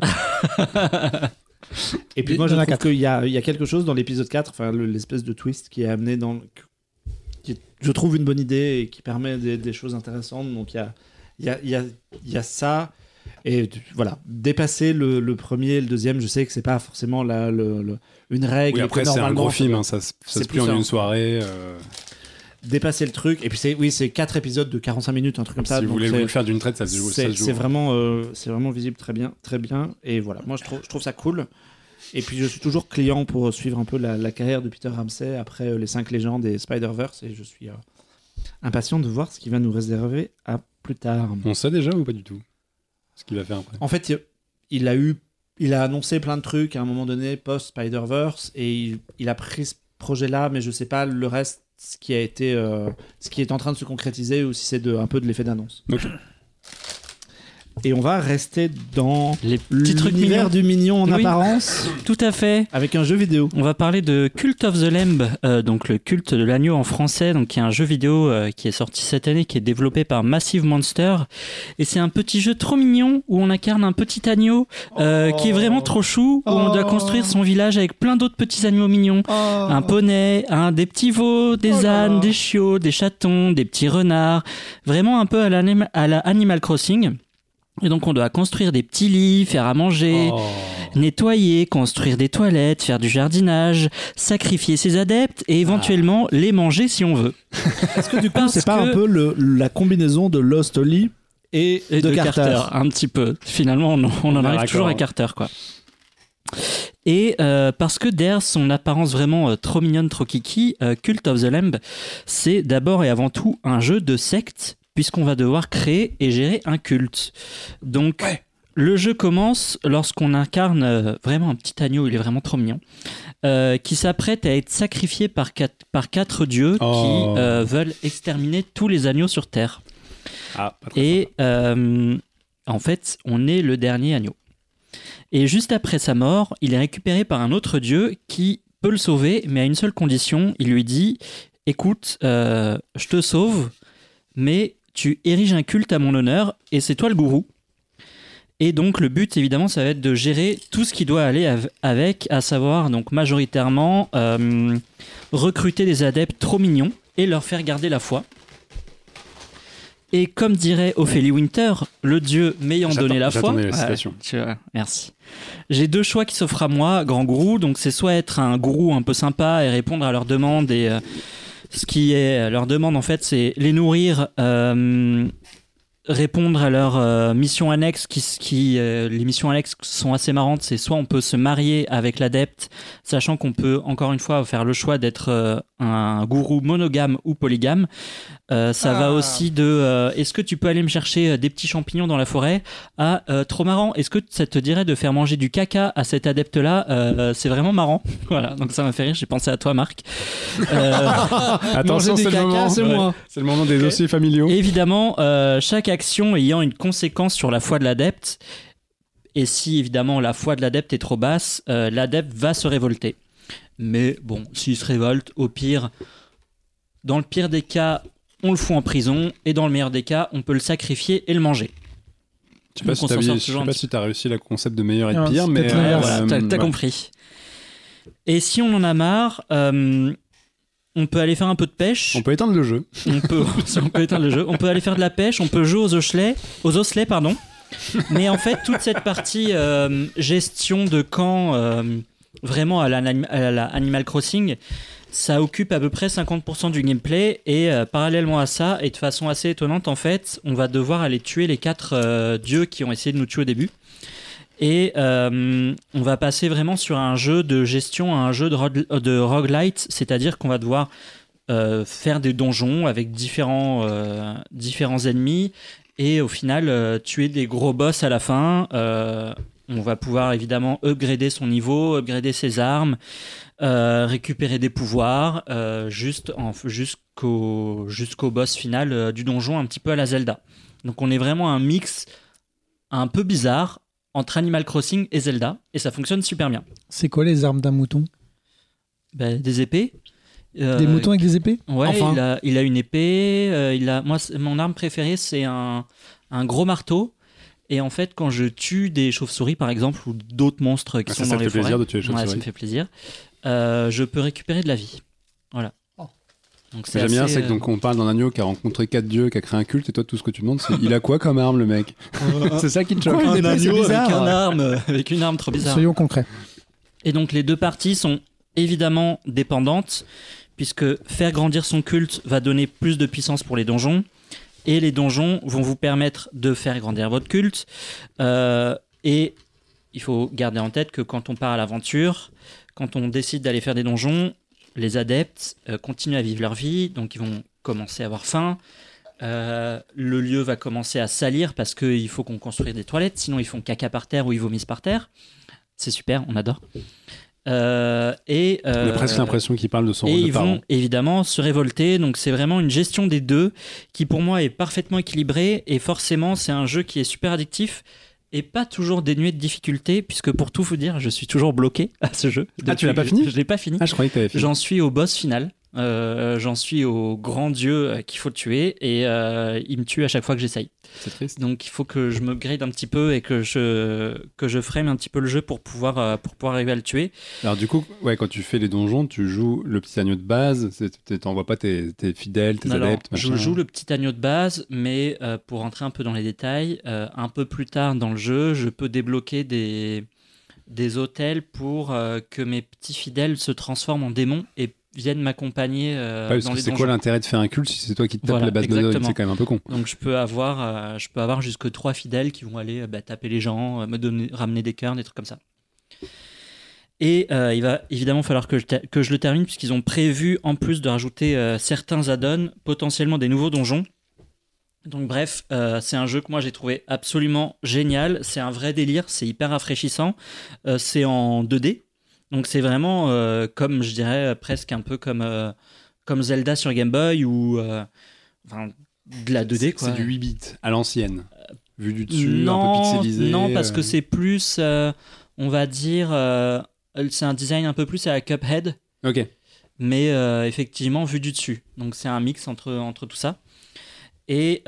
Speaker 1: Et puis moi je trouve qu'il y a quelque chose dans l'épisode 4, enfin l'espèce de twist qui est amené qui je trouve une bonne idée et qui permet des choses intéressantes. Donc il y a ça, et voilà, dépasser le premier et le deuxième, je sais que c'est pas forcément une règle.
Speaker 2: Oui, après c'est un gros film, ça se plie en une soirée.
Speaker 1: Dépasser le truc, et puis c'est 4 épisodes de 45 minutes, un truc comme ça.
Speaker 2: Si vous voulez le faire d'une traite, ça se joue.
Speaker 1: C'est vraiment visible très bien, et voilà, moi je trouve ça cool. Et puis je suis toujours client pour suivre un peu la carrière de Peter Ramsey après les 5 légendes et Spider-Verse, et je suis impatient de voir ce qu'il va nous réserver à plus tard.
Speaker 2: On sait déjà ou pas du tout ce qu'il va faire après?
Speaker 1: En fait, il a annoncé plein de trucs à un moment donné post Spider-Verse, et il a pris ce projet-là, mais je sais pas le reste, ce qui est en train de se concrétiser, ou si c'est un peu de l'effet d'annonce.
Speaker 2: Okay.
Speaker 1: Et on va rester dans
Speaker 3: les petits trucs
Speaker 1: l'univers du mignon en apparence.
Speaker 3: Tout à fait.
Speaker 1: Avec un jeu vidéo.
Speaker 3: On va parler de Cult of the Lamb, donc le culte de l'agneau en français, donc qui est un jeu vidéo qui est sorti cette année, qui est développé par Massive Monster. Et c'est un petit jeu trop mignon où on incarne un petit agneau qui est vraiment trop chou, où on doit construire son village avec plein d'autres petits animaux mignons. Un poney, des petits veaux, des ânes, des chiots, des chatons, des petits renards. Vraiment un peu à la Animal Crossing. Et donc on doit construire des petits lits, faire à manger, nettoyer, construire des toilettes, faire du jardinage, sacrifier ses adeptes et éventuellement les manger si on veut.
Speaker 1: Est-ce que du coup c'est pas un peu la combinaison de Lost Holly et de Carter?
Speaker 3: Un petit peu. Finalement on en arrive toujours à Carter, quoi. Et parce que derrière son apparence vraiment trop mignonne, trop kiki, Cult of the Lamb, c'est d'abord et avant tout un jeu de secte, puisqu'on va devoir créer et gérer un culte. Donc, le jeu commence lorsqu'on incarne vraiment un petit agneau, il est vraiment trop mignon, qui s'apprête à être sacrifié par quatre dieux qui veulent exterminer tous les agneaux sur Terre. Et en fait, on est le dernier agneau. Et juste après sa mort, il est récupéré par un autre dieu qui peut le sauver, mais à une seule condition. Il lui dit « Écoute, je te sauve, mais tu ériges un culte à mon honneur et c'est toi le gourou. » Et donc le but, évidemment, ça va être de gérer tout ce qui doit aller avec, à savoir donc majoritairement recruter des adeptes trop mignons et leur faire garder la foi. Et comme dirait Ophélie Winter, le dieu m'ayant donné la foi... merci. J'ai 2 choix qui s'offrent à moi, grand gourou. Donc c'est soit être un gourou un peu sympa et répondre à leurs demandes, et ce qui est leur demande en fait, c'est les nourrir, répondre à leurs missions annexes. Les missions annexes sont assez marrantes. C'est soit on peut se marier avec l'adepte, sachant qu'on peut encore une fois faire le choix d'être un gourou monogame ou polygame. Ça va aussi de est-ce que tu peux aller me chercher des petits champignons dans la forêt à trop marrant, est-ce que ça te dirait de faire manger du caca à cet adepte-là, c'est vraiment marrant. Voilà, donc ça m'a fait rire, j'ai pensé à toi Marc.
Speaker 2: Attention, c'est le moment,
Speaker 1: c'est moi.
Speaker 2: C'est le moment des dossiers familiaux.
Speaker 3: Évidemment, chaque action ayant une conséquence sur la foi de l'adepte, et si évidemment la foi de l'adepte est trop basse, l'adepte va se révolter. Mais bon, s'il se révolte, au pire, dans le pire des cas, on le fout en prison, et dans le meilleur des cas, on peut le sacrifier et le manger.
Speaker 2: Je sais pas si t'as réussi le concept de meilleur et de pire, mais
Speaker 3: voilà, t'as compris. Et si on en a marre, on peut aller faire un peu de pêche.
Speaker 2: On peut éteindre le jeu.
Speaker 3: On peut éteindre le jeu. On peut aller faire de la pêche. On peut jouer aux osselets, pardon. Mais en fait, toute cette partie gestion de camp, vraiment à la Animal Crossing, ça occupe à peu près 50% du gameplay. Et parallèlement à ça, et de façon assez étonnante, en fait, on va devoir aller tuer les 4 dieux qui ont essayé de nous tuer au début. Et on va passer vraiment sur un jeu de gestion à un jeu de roguelite, c'est-à-dire qu'on va devoir faire des donjons avec différents ennemis et au final tuer des gros boss à la fin. On va pouvoir évidemment upgrader son niveau, upgrader ses armes, récupérer des pouvoirs jusqu'au boss final du donjon, un petit peu à la Zelda. Donc on est vraiment un mix un peu bizarre entre Animal Crossing et Zelda, et ça fonctionne super bien.
Speaker 4: C'est quoi les armes d'un mouton ?
Speaker 3: Des épées.
Speaker 4: Des moutons avec des épées ?
Speaker 3: Ouais, enfin. il a une épée. Moi, mon arme préférée, c'est un gros marteau. Et en fait, quand je tue des chauves-souris, par exemple, ou d'autres monstres qui sont dans les forêts,
Speaker 2: plaisir de tuer les chauves-souris.
Speaker 3: Ça me fait plaisir. Je peux récupérer de la vie. Voilà.
Speaker 2: Donc j'aime bien, c'est que donc on parle d'un agneau qui a rencontré 4 dieux, qui a créé un culte, et toi tout ce que tu demandes, c'est il a quoi comme arme le mec ? C'est ça qui te choque.
Speaker 3: Un agneau avec une arme trop bizarre.
Speaker 4: Soyons concrets.
Speaker 3: Et donc les deux parties sont évidemment dépendantes, puisque faire grandir son culte va donner plus de puissance pour les donjons, et les donjons vont vous permettre de faire grandir votre culte. Et il faut garder en tête que quand on part à l'aventure, quand on décide d'aller faire des donjons, les adeptes continuent à vivre leur vie, donc ils vont commencer à avoir faim. Le lieu va commencer à salir parce qu'il faut qu'on construise des toilettes, sinon ils font caca par terre ou ils vomissent par terre. C'est super, on adore.
Speaker 2: On a presque l'impression qu'ils parlent de son rôle de parent.
Speaker 3: Et ils vont évidemment se révolter, donc c'est vraiment une gestion des deux qui pour moi est parfaitement équilibrée, et forcément c'est un jeu qui est super addictif et pas toujours dénué de difficultés, puisque pour tout vous dire, je suis toujours bloqué à ce jeu.
Speaker 2: Tu l'as pas fini ?
Speaker 3: Je l'ai pas fini.
Speaker 2: Je croyais que t'avais fini.
Speaker 3: J'en suis au boss final. J'en suis au grand dieu qu'il faut tuer, et il me tue à chaque fois que j'essaye.
Speaker 2: C'est triste.
Speaker 3: Donc il faut que je m'upgrade un petit peu et que je frame un petit peu le jeu pour pouvoir arriver à le tuer.
Speaker 2: Alors du coup, quand tu fais les donjons, tu joues le petit agneau de base, t'envoies pas tes fidèles, tes adeptes, machin.
Speaker 3: Je joue le petit agneau de base, mais pour rentrer un peu dans les détails, un peu plus tard dans le jeu, je peux débloquer des hôtels pour que mes petits fidèles se transforment en démons et viennent m'accompagner dans les donjons.
Speaker 2: C'est quoi l'intérêt de faire un culte si c'est toi qui te tapes la base de données ? C'est quand même un peu con.
Speaker 3: Donc je peux avoir jusque 3 fidèles qui vont aller taper les gens, ramener des cœurs, des trucs comme ça. Et il va évidemment falloir que je le termine, puisqu'ils ont prévu, en plus de rajouter certains add-ons, potentiellement des nouveaux donjons. Donc bref, c'est un jeu que moi j'ai trouvé absolument génial. C'est un vrai délire, c'est hyper rafraîchissant. C'est en 2D. Donc c'est vraiment comme, je dirais, presque un peu comme Zelda sur Game Boy, ou de la 2D, quoi.
Speaker 2: C'est du 8 bits à l'ancienne, vu du dessus, un peu pixelisé.
Speaker 3: Non, parce que c'est plus, on va dire, c'est un design un peu plus à la Cuphead.
Speaker 2: Ok.
Speaker 3: Mais effectivement vu du dessus. Donc c'est un mix entre tout ça. Et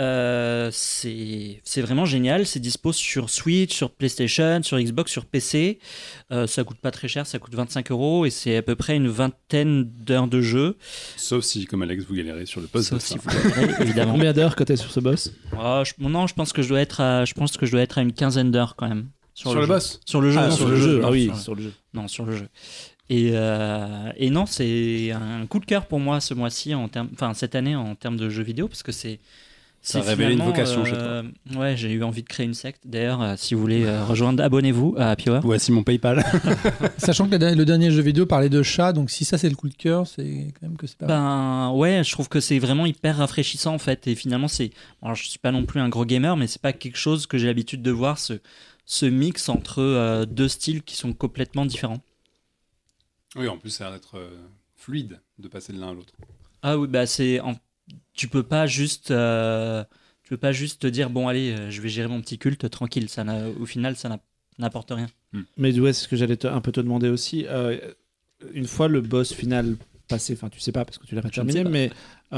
Speaker 3: c'est vraiment génial. C'est dispo sur Switch, sur PlayStation, sur Xbox, sur PC. Ça coûte pas très cher, ça coûte 25 €, et c'est à peu près une 20aine d'heures de jeu.
Speaker 2: Sauf si, comme Alex, vous galérez sur le boss.
Speaker 3: Sauf si vous galérez, évidemment.
Speaker 1: Combien d'heures que t'es sur ce boss ?
Speaker 3: Non, je pense que je dois être à une quinzaine d'heures quand même.
Speaker 2: Sur le boss ?
Speaker 3: Sur le jeu.
Speaker 1: Ah, sur le jeu. Ah oui,
Speaker 3: sur le jeu. Non, sur le jeu. Et non, c'est un coup de cœur pour moi ce mois-ci, cette année, en termes de jeux vidéo, parce que c'est
Speaker 2: Ça a révélé une vocation chez toi.
Speaker 3: Ouais, j'ai eu envie de créer une secte. D'ailleurs, si vous voulez rejoindre, abonnez-vous à Happy Hour.
Speaker 2: Voici mon PayPal.
Speaker 4: Sachant que le dernier jeu vidéo parlait de chat, donc si ça c'est le coup de cœur, c'est quand même que c'est pas.
Speaker 3: Ben ouais, je trouve que c'est vraiment hyper rafraîchissant en fait. Et finalement, alors, je suis pas non plus un gros gamer, mais c'est pas quelque chose que j'ai l'habitude de voir, ce mix entre deux styles qui sont complètement différents.
Speaker 2: Oui, en plus, ça a l'air d'être fluide de passer de l'un à l'autre.
Speaker 3: Ah oui, bah tu peux pas juste te dire bon allez, je vais gérer mon petit culte tranquille. Au final, ça n'apporte rien.
Speaker 1: Mais ouais, c'est ce que j'allais un peu te demander aussi. Une fois le boss final passé, enfin tu sais pas parce que tu l'as pas terminé, mais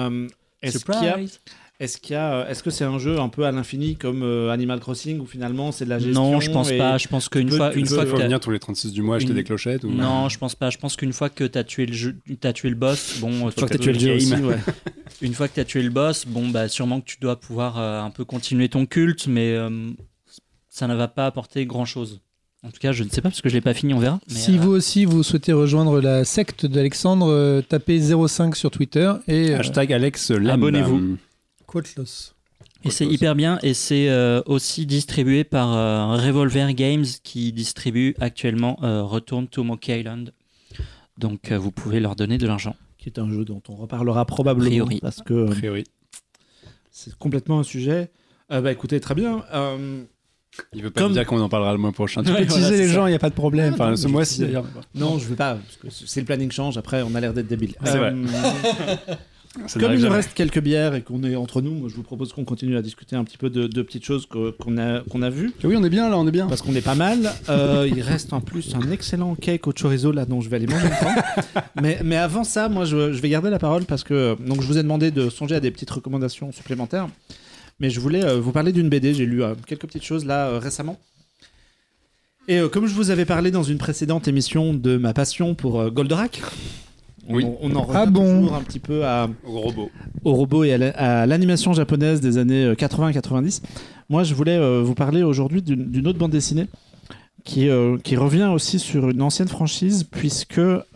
Speaker 1: est-ce que c'est un jeu un peu à l'infini comme Animal Crossing où finalement c'est de la gestion?
Speaker 3: Non, je pense pas. Je pense qu'une fois
Speaker 2: tu
Speaker 3: que
Speaker 2: peux venir tous les 36 du mois acheter des clochettes ou...
Speaker 3: Non, je pense pas. Je pense qu'une fois que t'as tué le boss, bon,
Speaker 1: une fois que t'as tué le jeu aussi, ouais.
Speaker 3: Une fois que t'as tué le boss, bon bah sûrement que tu dois pouvoir un peu continuer ton culte, mais ça ne va pas apporter grand chose. En tout cas, je ne sais pas parce que je l'ai pas fini, on verra. Mais
Speaker 4: si vous aussi vous souhaitez rejoindre la secte d'Alexandre, tapez 05 sur Twitter et
Speaker 2: hashtag Alex Lamb.
Speaker 3: Abonnez-vous.
Speaker 4: Quotelos.
Speaker 3: Et c'est hyper bien, et c'est aussi distribué par Revolver Games qui distribue actuellement Return to Monkey Island. Donc vous pouvez leur donner de l'argent.
Speaker 1: Qui est un jeu dont on reparlera probablement.
Speaker 3: Priori.
Speaker 1: Parce que
Speaker 2: A priori.
Speaker 1: C'est complètement un sujet. Bah écoutez, très bien.
Speaker 2: Il veut pas dire qu'on en parlera le mois prochain. Tu
Speaker 4: peux teaser les gens, il n'y a pas de problème.
Speaker 2: Enfin, ce mois-ci d'ailleurs.
Speaker 1: Non, je veux pas, parce que si le planning change, après on a l'air d'être débile.
Speaker 2: C'est vrai.
Speaker 1: Comme il nous reste quelques bières et qu'on est entre nous, moi, je vous propose qu'on continue à discuter un petit peu de petites choses qu'on a vues.
Speaker 2: Oui, on est bien là, on est bien.
Speaker 1: Parce qu'on est pas mal. Il reste en plus un excellent cake au chorizo là dont je vais aller manger une fois. Mais avant ça, moi je vais garder la parole parce que donc, je vous ai demandé de songer à des petites recommandations supplémentaires. Mais je voulais vous parler d'une BD. J'ai lu quelques petites choses là récemment. Et comme je vous avais parlé dans une précédente émission de ma passion pour Goldorak.
Speaker 2: Oui.
Speaker 1: On en revient toujours un petit peu au robot et à l'animation japonaise des années 80-90. Moi, je voulais vous parler aujourd'hui d'une autre bande dessinée qui revient aussi sur une ancienne franchise, puisque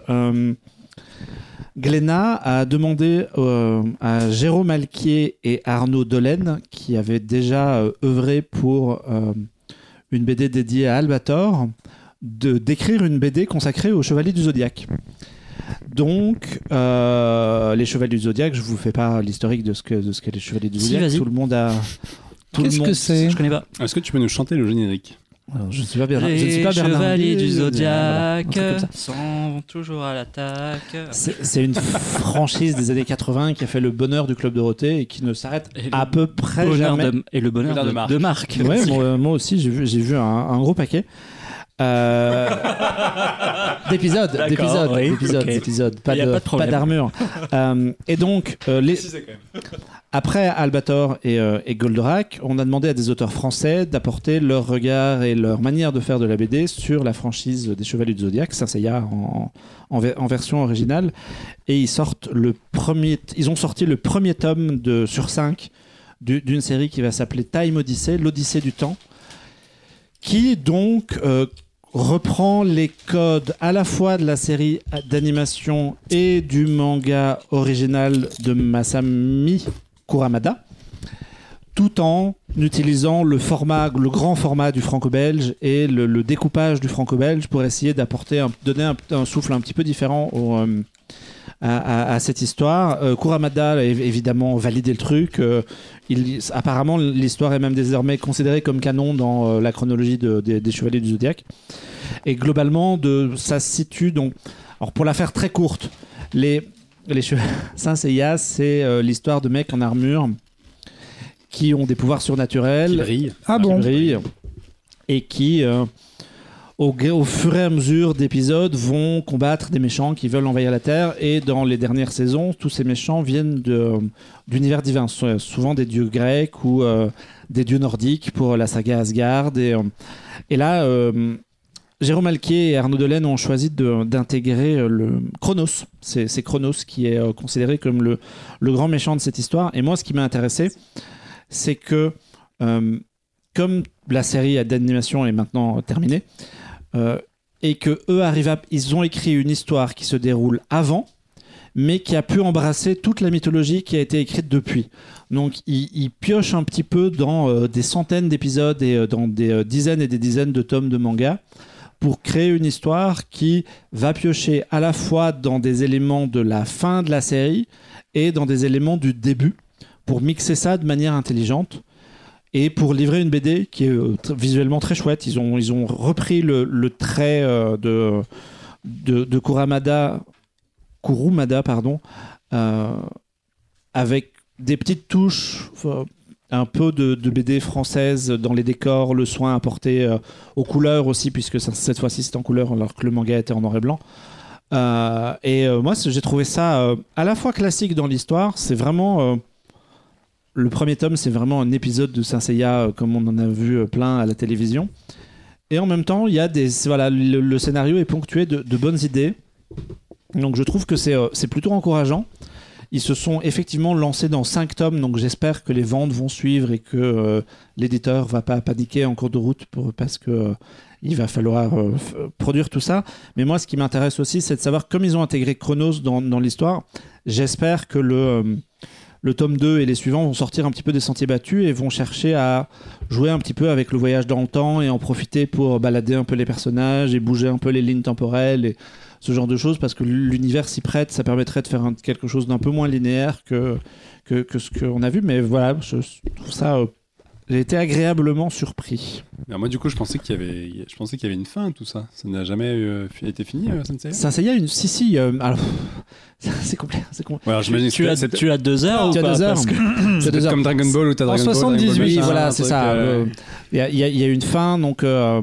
Speaker 1: Glénat a demandé à Jérôme Alquier et Arnaud Dolaine, qui avaient déjà œuvré pour une BD dédiée à Albator, d'écrire une BD consacrée aux Chevaliers du Zodiaque. Donc, les Chevaliers du Zodiaque, je vous fais pas l'historique de ce qu'est les Chevaliers du Zodiaque.
Speaker 3: Vas-y.
Speaker 1: Tout le monde a.
Speaker 4: Qu'est-ce que c'est ?
Speaker 3: Je connais pas.
Speaker 2: Est-ce que tu peux nous chanter le générique ?
Speaker 1: Alors, je ne suis pas Bernard.
Speaker 3: Les Chevaliers du Zodiaque
Speaker 1: voilà,
Speaker 3: sont toujours à l'attaque.
Speaker 1: C'est une franchise des années 80 qui a fait le bonheur du Club Dorothée et qui ne s'arrête à peu près jamais.
Speaker 3: Et le bonheur de Marc.
Speaker 1: Ouais, moi aussi, j'ai vu un gros paquet. D'épisodes, pas d'armure. Et donc, après Albator et Goldorak, on a demandé à des auteurs français d'apporter leur regard et leur manière de faire de la BD sur la franchise des Chevaliers du Zodiaque, Saint Seiya en version originale. Et ils ont sorti le premier tome sur 5 d'une série qui va s'appeler Time Odyssey, l'Odyssée du temps, qui donc reprend les codes à la fois de la série d'animation et du manga original de Masami Kuramada, tout en utilisant le grand format du franco-belge et le découpage du franco-belge pour essayer donner un souffle un petit peu différent à cette histoire. Kuramada a évidemment validé le truc. Apparemment, l'histoire est même désormais considérée comme canon dans la chronologie des Chevaliers du Zodiaque. Et globalement, ça se situe donc. Alors, pour la faire très courte, Saint Seiya, c'est l'histoire de mecs en armure qui ont des pouvoirs surnaturels.
Speaker 2: Qui brillent.
Speaker 4: Bon.
Speaker 1: Et qui, au fur et à mesure d'épisodes, vont combattre des méchants qui veulent envahir la Terre. Et dans les dernières saisons, tous ces méchants viennent d'univers divins, souvent des dieux grecs ou des dieux nordiques pour la saga Asgard. Et là, Jérôme Alquier et Arnaud Dolaine ont choisi d'intégrer le Chronos. C'est Chronos qui est considéré comme le grand méchant de cette histoire. Et moi, ce qui m'a intéressé, c'est que comme la série d'animation est maintenant terminée, et que ils ont écrit une histoire qui se déroule avant, mais qui a pu embrasser toute la mythologie qui a été écrite depuis. Donc il pioche un petit peu dans des centaines d'épisodes et dans des dizaines et des dizaines de tomes de manga pour créer une histoire qui va piocher à la fois dans des éléments de la fin de la série et dans des éléments du début pour mixer ça de manière intelligente et pour livrer une BD qui est visuellement très chouette. Ils ont repris le trait de Kurumada, avec des petites touches, un peu de BD française dans les décors, le soin apporté aux couleurs aussi, puisque cette fois-ci c'est en couleur alors que le manga était en noir et blanc. Moi j'ai trouvé ça à la fois classique dans l'histoire. C'est vraiment le premier tome, c'est vraiment un épisode de Saint Seiya comme on en a vu plein à la télévision, et en même temps il y a le scénario est ponctué de bonnes idées, donc je trouve que c'est plutôt encourageant. Ils se sont effectivement lancés dans 5 tomes, donc j'espère que les ventes vont suivre et que l'éditeur va pas paniquer en cours de route parce que il va falloir produire tout ça. Mais moi, ce qui m'intéresse aussi, c'est de savoir, comme ils ont intégré Chronos dans l'histoire, j'espère que le tome 2 et les suivants vont sortir un petit peu des sentiers battus et vont chercher à jouer un petit peu avec le voyage dans le temps et en profiter pour balader un peu les personnages et bouger un peu les lignes temporelles et ce genre de choses, parce que l'univers s'y prête. Ça permettrait de faire quelque chose d'un peu moins linéaire que ce qu'on a vu. Mais voilà, je trouve ça... j'ai été agréablement surpris.
Speaker 2: Alors moi, du coup, je pensais qu'il y avait une fin, tout ça. Ça n'a jamais été fini, Saint Seiya.
Speaker 1: Saint Seiya, si. Alors, c'est complet.
Speaker 2: Ouais, alors,
Speaker 3: tu as 2 heures ou
Speaker 1: tu as
Speaker 3: pas
Speaker 1: 2 heures.
Speaker 2: C'est peut-être comme Dragon Ball où tu as Dragon Ball.
Speaker 1: En 78, voilà, c'est ça. Il
Speaker 2: y
Speaker 1: a une fin, donc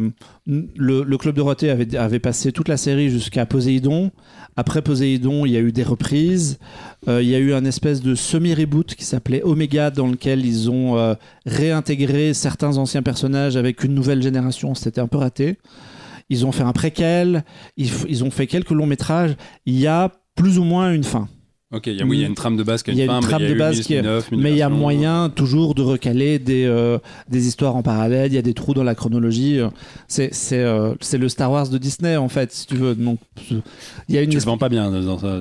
Speaker 1: le Club Dorothée avait passé toute la série jusqu'à Poséidon. Après Poséidon, il y a eu des reprises. Il y a eu un espèce de semi-reboot qui s'appelait Omega, dans lequel ils ont réintégré certains anciens personnages avec une nouvelle génération. C'était un peu raté. Ils ont fait un préquel. Ils ont fait quelques longs métrages. Il y a plus ou moins une fin.
Speaker 2: Ok, il y a une trame de base qui a une fin,
Speaker 1: mais il y a moyen toujours de recaler des histoires en parallèle. Il y a des trous dans la chronologie. C'est le Star Wars de Disney, en fait, si tu veux. Donc, il y a
Speaker 2: tu le vends pas bien dans ça.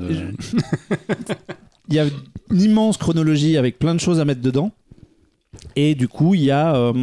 Speaker 1: Il y a une immense chronologie avec plein de choses à mettre dedans. Et du coup, il y a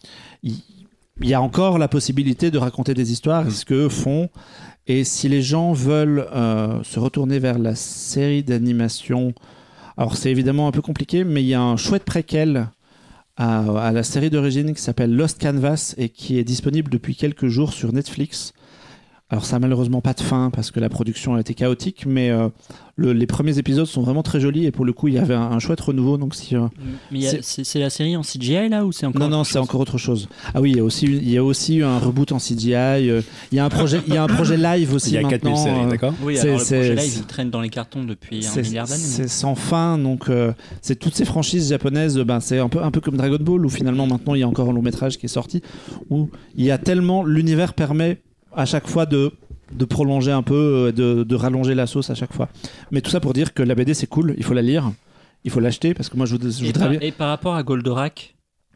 Speaker 1: encore la possibilité de raconter des histoires. C'est ce qu'eux font. Et si les gens veulent se retourner vers la série d'animation, alors c'est évidemment un peu compliqué, mais il y a un chouette préquel à la série d'origine qui s'appelle Lost Canvas et qui est disponible depuis quelques jours sur Netflix. Alors ça n'a malheureusement pas de fin parce que la production a été chaotique, mais les premiers épisodes sont vraiment très jolis et pour le coup il y avait un chouette renouveau. Donc
Speaker 3: mais c'est la série en CGI là ou c'est encore
Speaker 1: Non, c'est encore autre chose. Ah oui, il y a aussi un reboot en CGI. Il y a un projet live aussi.
Speaker 2: Il y a
Speaker 1: maintenant.
Speaker 2: 4000 séries, d'accord.
Speaker 3: Oui, alors le projet live il traîne dans les cartons depuis 1 milliard d'années.
Speaker 1: C'est sans fin, donc c'est toutes ces franchises japonaises. C'est un peu comme Dragon Ball où finalement maintenant il y a encore un long métrage qui est sorti où il y a tellement, l'univers permet à chaque fois de prolonger un peu, de rallonger la sauce à chaque fois. Mais tout ça pour dire que la BD c'est cool, il faut la lire, il faut l'acheter parce que moi je voudrais bien.
Speaker 3: Et par rapport à Goldorak,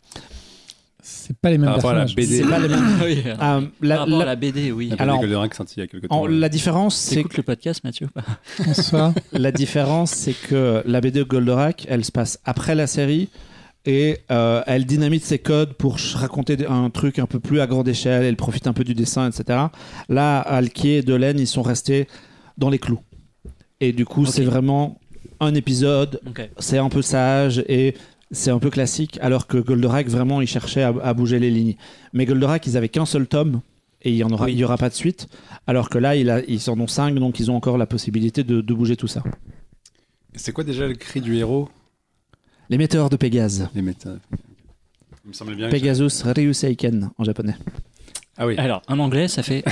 Speaker 4: c'est pas les mêmes personnages.
Speaker 1: C'est pas les mêmes.
Speaker 3: Oui, par rapport à la BD, oui.
Speaker 2: Alors, Goldorak sorti il y a quelques temps.
Speaker 1: La différence, c'est
Speaker 3: que le podcast, Mathieu.
Speaker 4: Bonsoir.
Speaker 1: La différence, c'est que la BD Goldorak, elle se passe après la série. Et elle dynamite ses codes pour raconter un truc un peu plus à grande échelle. Elle profite un peu du dessin, etc. Là, Alki et Delaine, ils sont restés dans les clous. Et du coup, c'est vraiment un épisode. C'est un peu sage et c'est un peu classique. Alors que Goldorak, vraiment, ils cherchaient à bouger les lignes. Mais Goldorak, ils avaient qu'un seul tome et il y aura pas de suite. Alors que là, ils en ont 5, donc ils ont encore la possibilité de bouger tout ça.
Speaker 2: C'est quoi déjà le cri du héros ?
Speaker 1: Les météores de Pégase.
Speaker 2: Il me semblait bien.
Speaker 1: Pegasus Ryuseiken en japonais.
Speaker 2: Ah oui.
Speaker 3: Alors, en anglais, ça fait.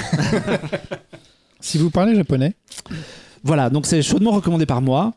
Speaker 4: Si vous parlez japonais.
Speaker 1: Voilà, donc c'est chaudement recommandé par moi.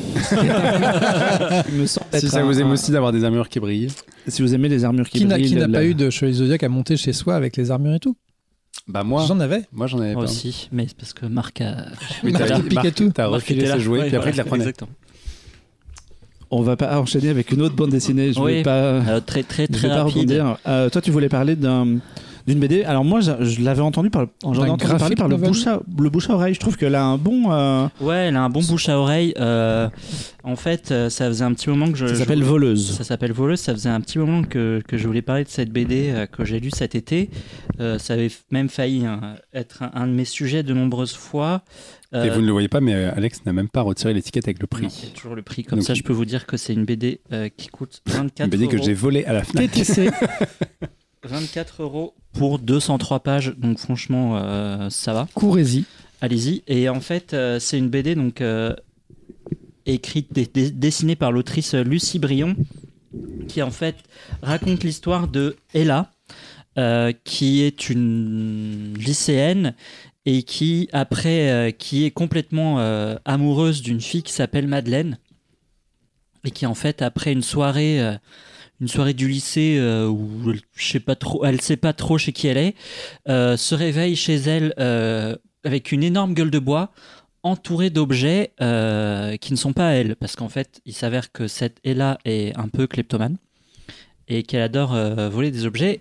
Speaker 2: Si ça vous aime aussi d'avoir des armures qui brillent.
Speaker 1: Si vous aimez les armures qui brillent.
Speaker 4: Qui n'a pas eu de Chevalier Zodiac à monter chez soi avec les armures et tout ?
Speaker 2: Bah moi.
Speaker 4: J'en avais.
Speaker 2: Moi j'en avais pas.
Speaker 3: Moi aussi, mais c'est parce que Marc a.
Speaker 4: Oui,
Speaker 2: t'as refilé ses jouets, puis après il la prenait.
Speaker 3: Exactement.
Speaker 1: On va pas enchaîner avec une autre bande dessinée. Je vais pas.
Speaker 3: Très
Speaker 1: je vais pas
Speaker 3: rapide.
Speaker 1: rebondir. Toi, tu voulais parler d'un d'une BD. Alors moi, je l'avais entendu j'en ai entendu parler par le bouche à oreille. Je trouve qu'elle a un bon.
Speaker 3: Ouais, elle a un bon bouche à oreille. En fait, ça faisait un petit moment que
Speaker 1: Ça s'appelle Voleuse.
Speaker 3: Ça s'appelle Voleuse. Ça faisait un petit moment que je voulais parler de cette BD que j'ai lue cet été. Ça avait même failli être un de mes sujets de nombreuses fois.
Speaker 2: Et vous ne le voyez pas, mais Alex n'a même pas retiré l'étiquette avec le prix.
Speaker 3: Non, il y a toujours le prix. Comme ça, je peux vous dire que c'est une BD qui coûte 24 €.
Speaker 2: Une BD que j'ai volée à la Fnac.
Speaker 4: TTC.
Speaker 3: 24 € pour 203 pages. Donc franchement, ça va.
Speaker 4: Courez-y.
Speaker 3: Allez-y. Et en fait, c'est une BD donc écrite, dessinée par l'autrice Lucie Brion, qui en fait raconte l'histoire de Ella, qui est une lycéenne et qui est complètement amoureuse d'une fille qui s'appelle Madeleine, et qui en fait après une soirée du lycée où elle sait pas trop chez qui elle est, se réveille chez elle avec une énorme gueule de bois, entourée d'objets qui ne sont pas à elle, parce qu'en fait il s'avère que cette Ella est un peu kleptomane et qu'elle adore voler des objets,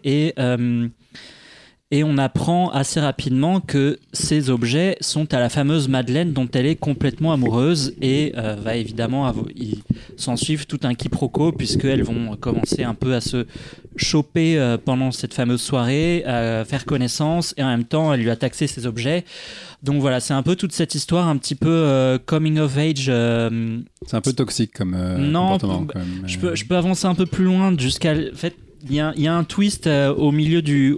Speaker 3: et on apprend assez rapidement que ces objets sont à la fameuse Madeleine dont elle est complètement amoureuse, et va évidemment s'en suivre tout un quiproquo, puisqu'elles vont commencer un peu à se choper pendant cette fameuse soirée, à faire connaissance, et en même temps elle lui a taxé ses objets. Donc voilà, c'est un peu toute cette histoire un petit peu coming of age.
Speaker 2: C'est un peu toxique comme comportement. Quand même.
Speaker 3: Je peux avancer un peu plus loin jusqu'à... En fait, il y a un twist au milieu du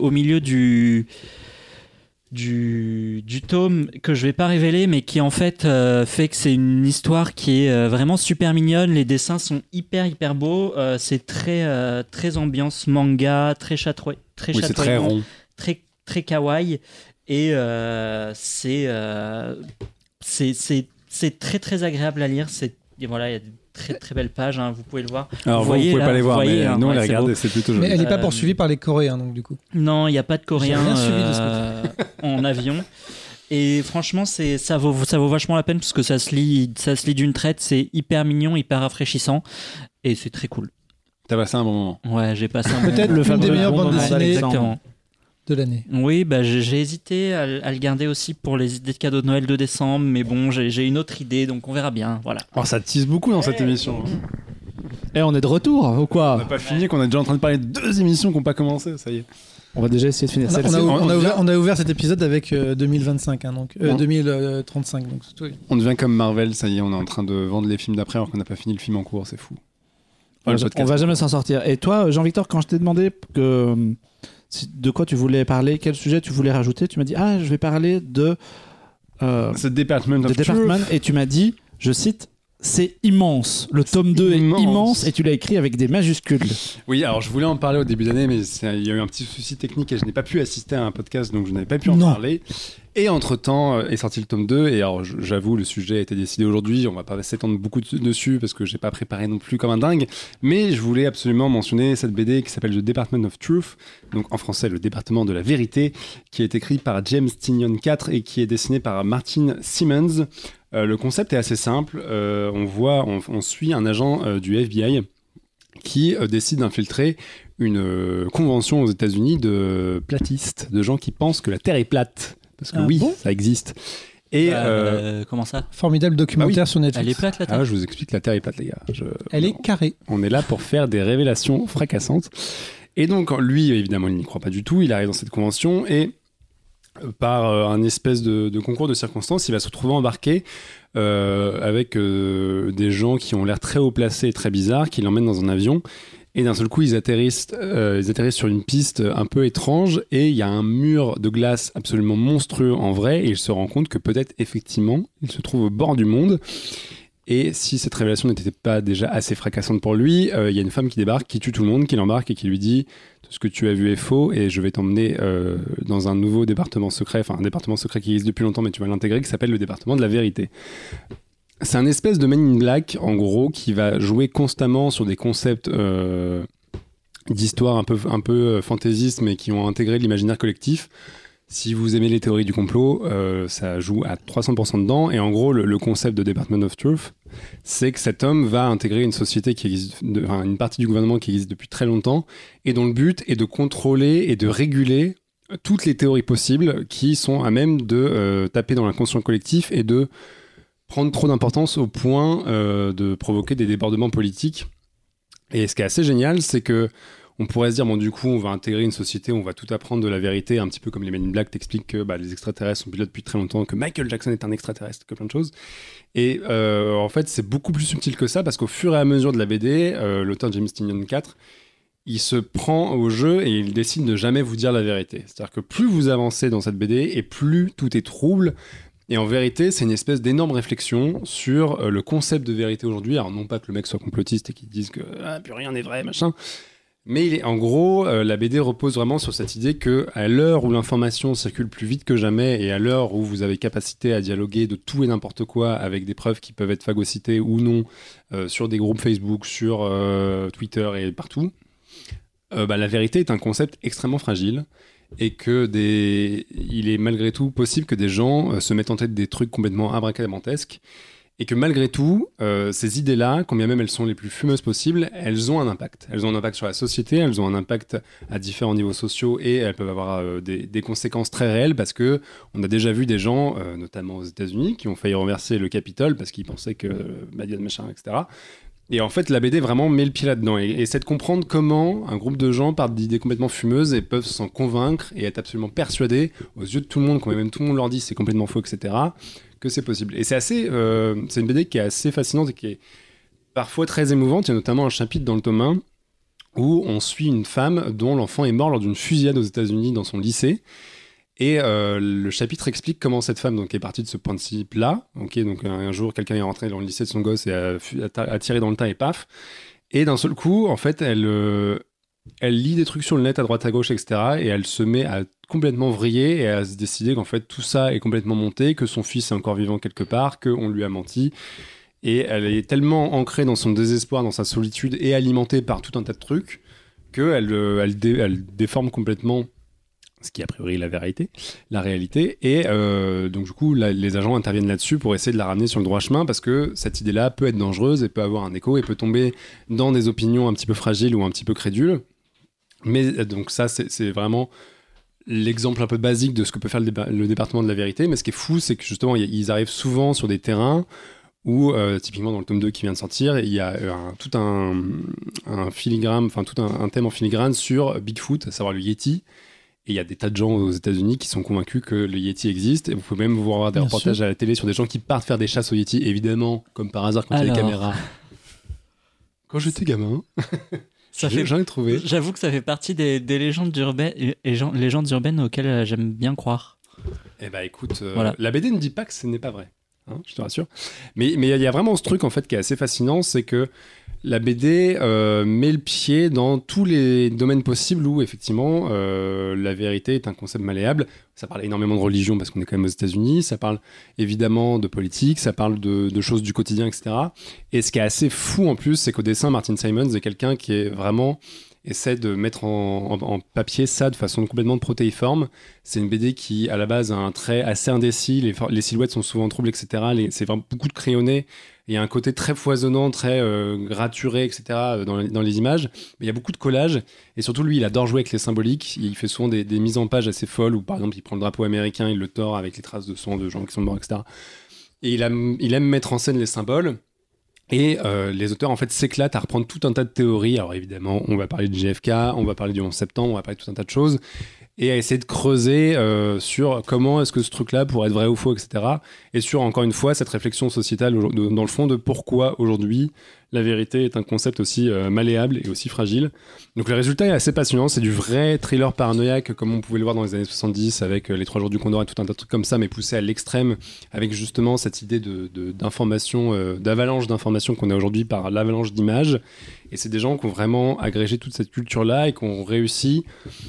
Speaker 3: tome que je vais pas révéler, mais qui en fait fait que c'est une histoire qui est vraiment super mignonne. Les dessins sont hyper beaux. C'est très ambiance manga, très chatoyant,
Speaker 2: c'est très rond,
Speaker 3: très kawaii, et c'est très agréable à lire. Voilà, il y a très belles pages, hein, vous pouvez le voir.
Speaker 2: Alors vous pouvez pas les voir, mais nous on les regarde et c'est plutôt joli.
Speaker 4: Mais elle n'est pas poursuivie par les Coréens, donc du coup.
Speaker 3: Non, il n'y a pas de Coréens
Speaker 4: de
Speaker 3: en avion. Et franchement, ça vaut vachement la peine, parce que ça se lit d'une traite. C'est hyper mignon, hyper rafraîchissant, et c'est très cool.
Speaker 2: T'as passé un bon moment.
Speaker 3: Ouais, j'ai passé un bon moment.
Speaker 4: Peut-être l'une des meilleures bandes dessinées
Speaker 3: exactement
Speaker 4: de l'année.
Speaker 3: Oui, j'ai hésité à le garder aussi pour les idées de cadeaux de Noël de décembre, mais bon, j'ai une autre idée, donc on verra bien. Voilà.
Speaker 2: Oh, ça tease beaucoup dans cette émission.
Speaker 1: Et on est de retour, ou quoi?
Speaker 2: On n'a pas fini, qu'on est déjà en train de parler de 2 émissions qui n'ont pas commencé, ça y est.
Speaker 1: On va déjà essayer de finir.
Speaker 4: On a ouvert cet épisode avec 2025, donc 2035. Donc
Speaker 2: on devient comme Marvel, ça y est, on est en train de vendre les films d'après alors qu'on n'a pas fini le film en cours, c'est fou.
Speaker 1: On va jamais s'en sortir. Et toi, Jean-Victor, quand je t'ai demandé de quoi tu voulais parler, quel sujet tu voulais rajouter, tu m'as dit je vais parler de
Speaker 2: The Department of Truth.
Speaker 1: Et tu m'as dit, je cite, c'est immense. Le tome 2 est immense, et tu l'as écrit avec des majuscules.
Speaker 2: Oui, alors je voulais en parler au début d'année, mais il y a eu un petit souci technique et je n'ai pas pu assister à un podcast, donc je n'avais pas pu en parler. Et entre-temps est sorti le tome 2, et alors j'avoue, le sujet a été décidé aujourd'hui, on va pas s'étendre beaucoup dessus parce que j'ai pas préparé non plus comme un dingue, mais je voulais absolument mentionner cette BD qui s'appelle The Department of Truth, donc en français le département de la vérité, qui est écrit par James Tynion IV et qui est dessiné par Martin Simmons. Le concept est assez simple, on suit un agent du FBI qui décide d'infiltrer une convention aux États-Unis de platistes, de gens qui pensent que la Terre est plate. Parce que ça existe. Et
Speaker 3: comment ça?
Speaker 4: Formidable documentaire sur Netflix.
Speaker 3: Elle est plate, la Terre.
Speaker 2: Je vous explique, la Terre est plate, les gars.
Speaker 4: Elle est carrée.
Speaker 2: On est là pour faire des révélations fracassantes. Et donc, lui, évidemment, il n'y croit pas du tout. Il arrive dans cette convention et par un espèce de concours de circonstances, il va se retrouver embarqué avec des gens qui ont l'air très haut placés et très bizarres, qui l'emmènent dans un avion. Et d'un seul coup, ils atterrissent sur une piste un peu étrange, et il y a un mur de glace absolument monstrueux en vrai, et il se rend compte que peut-être effectivement, il se trouve au bord du monde. Et si cette révélation n'était pas déjà assez fracassante pour lui, il y a une femme qui débarque, qui tue tout le monde, qui l'embarque et qui lui dit « Tout ce que tu as vu est faux, et je vais t'emmener dans un nouveau département secret, enfin un département secret qui existe depuis longtemps, mais tu vas l'intégrer, qui s'appelle le département de la vérité ». C'est un espèce de Men in Black, en gros, qui va jouer constamment sur des concepts d'histoire un peu fantaisistes, mais qui ont intégré l'imaginaire collectif. Si vous aimez les théories du complot, ça joue à 300% dedans. Et en gros, le concept de Department of Truth, c'est que cet homme va intégrer une société qui existe, une partie du gouvernement qui existe depuis très longtemps, et dont le but est de contrôler et de réguler toutes les théories possibles qui sont à même de taper dans l'inconscient collectif et de prendre trop d'importance au point de provoquer des débordements politiques. Et ce qui est assez génial, c'est que on pourrait se dire, bon, du coup, on va intégrer une société, on va tout apprendre de la vérité, un petit peu comme les Men in Black t'expliquent que les extraterrestres sont plus là depuis très longtemps, que Michael Jackson est un extraterrestre, que plein de choses. Et en fait, c'est beaucoup plus subtil que ça, parce qu'au fur et à mesure de la BD, l'auteur James Tynion IV, il se prend au jeu et il décide de jamais vous dire la vérité. C'est-à-dire que plus vous avancez dans cette BD, et plus tout est trouble. Et en vérité, c'est une espèce d'énorme réflexion sur le concept de vérité aujourd'hui. Alors non pas que le mec soit complotiste et qu'il dise que plus rien n'est vrai, machin. Mais en gros, la BD repose vraiment sur cette idée qu'à l'heure où l'information circule plus vite que jamais et à l'heure où vous avez capacité à dialoguer de tout et n'importe quoi avec des preuves qui peuvent être phagocytées ou non sur des groupes Facebook, sur Twitter et partout, la vérité est un concept extrêmement fragile et il est malgré tout possible que des gens se mettent en tête des trucs complètement abracadabrantesques. Et que malgré tout, ces idées-là, quand bien même elles sont les plus fumeuses possibles, elles ont un impact. Elles ont un impact sur la société, elles ont un impact à différents niveaux sociaux et elles peuvent avoir des conséquences très réelles parce que on a déjà vu des gens, notamment aux États-Unis, qui ont failli renverser le Capitole parce qu'ils pensaient que machin, etc. Et en fait, la BD vraiment met le pied là-dedans et essaie de comprendre comment un groupe de gens partent d'idées complètement fumeuses et peuvent s'en convaincre et être absolument persuadés, aux yeux de tout le monde, quand même tout le monde leur dit c'est complètement faux, etc., que c'est possible. Et c'est une BD qui est assez fascinante et qui est parfois très émouvante. Il y a notamment un chapitre dans le tome 1 où on suit une femme dont l'enfant est mort lors d'une fusillade aux États-Unis dans son lycée. Et le chapitre explique comment cette femme donc, est partie de ce principe-là. Okay, donc un jour, quelqu'un est rentré dans le lycée de son gosse et a tiré dans le tas et paf. Et d'un seul coup, en fait, elle lit des trucs sur le net à droite à gauche, etc. Et elle se met à complètement vriller et à se décider qu'en fait tout ça est complètement monté, que son fils est encore vivant quelque part, qu'on lui a menti. Et elle est tellement ancrée dans son désespoir, dans sa solitude et alimentée par tout un tas de trucs qu'elle déforme complètement ce qui est a priori la réalité. Et donc du coup, les agents interviennent là-dessus pour essayer de la ramener sur le droit chemin parce que cette idée-là peut être dangereuse et peut avoir un écho et peut tomber dans des opinions un petit peu fragiles ou un petit peu crédules. Mais donc ça, c'est vraiment l'exemple un peu basique de ce que peut faire le département de la vérité. Mais ce qui est fou, c'est que justement, ils arrivent souvent sur des terrains où, typiquement dans le tome 2 qui vient de sortir, il y a tout un filigrane, enfin tout un thème en filigrane sur Bigfoot, à savoir le Yeti. Et il y a des tas de gens aux États-Unis qui sont convaincus que le Yeti existe. Et vous pouvez même voir des reportages à la télé sur des gens qui partent faire des chasses au Yeti, évidemment, comme par hasard quand il y a les caméras. Quand j'étais gamin, j'en ai trouvé.
Speaker 3: J'avoue que ça fait partie des légendes urbaines auxquelles j'aime bien croire.
Speaker 2: Eh ben écoute, voilà. La BD ne dit pas que ce n'est pas vrai, hein, je te rassure. Mais il y a vraiment ce truc en fait qui est assez fascinant, c'est que la BD met le pied dans tous les domaines possibles où effectivement la vérité est un concept malléable. Ça parle énormément de religion parce qu'on est quand même aux États-Unis, ça parle évidemment de politique, ça parle de choses du quotidien, etc. Et ce qui est assez fou en plus, c'est qu'au dessin, Martin Simons est quelqu'un qui est vraiment essaie de mettre en papier ça de façon complètement protéiforme. C'est une BD qui, à la base, a un trait assez indécis, les silhouettes sont souvent troubles, etc. C'est vraiment beaucoup de crayonné. Il y a un côté très foisonnant, très raturé, etc. dans les images. Mais il y a beaucoup de collages. Et surtout, lui, il adore jouer avec les symboliques. Il fait souvent des mises en page assez folles où, par exemple, il prend le drapeau américain, il le tord avec les traces de sang de gens qui sont morts, etc. Et il aime mettre en scène les symboles. Et les auteurs, en fait, s'éclatent à reprendre tout un tas de théories. Alors, évidemment, on va parler de JFK, on va parler du 11 septembre, on va parler de tout un tas de choses. Et à essayer de creuser sur comment est-ce que ce truc-là pourrait être vrai ou faux, etc. Et sur, encore une fois, cette réflexion sociétale dans le fond de pourquoi aujourd'hui la vérité est un concept aussi malléable et aussi fragile. Donc le résultat est assez passionnant, c'est du vrai thriller paranoïaque comme on pouvait le voir dans les années 70 avec les 3 jours du Condor et tout un tas de trucs comme ça, mais poussé à l'extrême avec justement cette idée d'information, d'avalanche d'informations qu'on a aujourd'hui par l'avalanche d'images. Et c'est des gens qui ont vraiment agrégé toute cette culture-là et qui ont réussi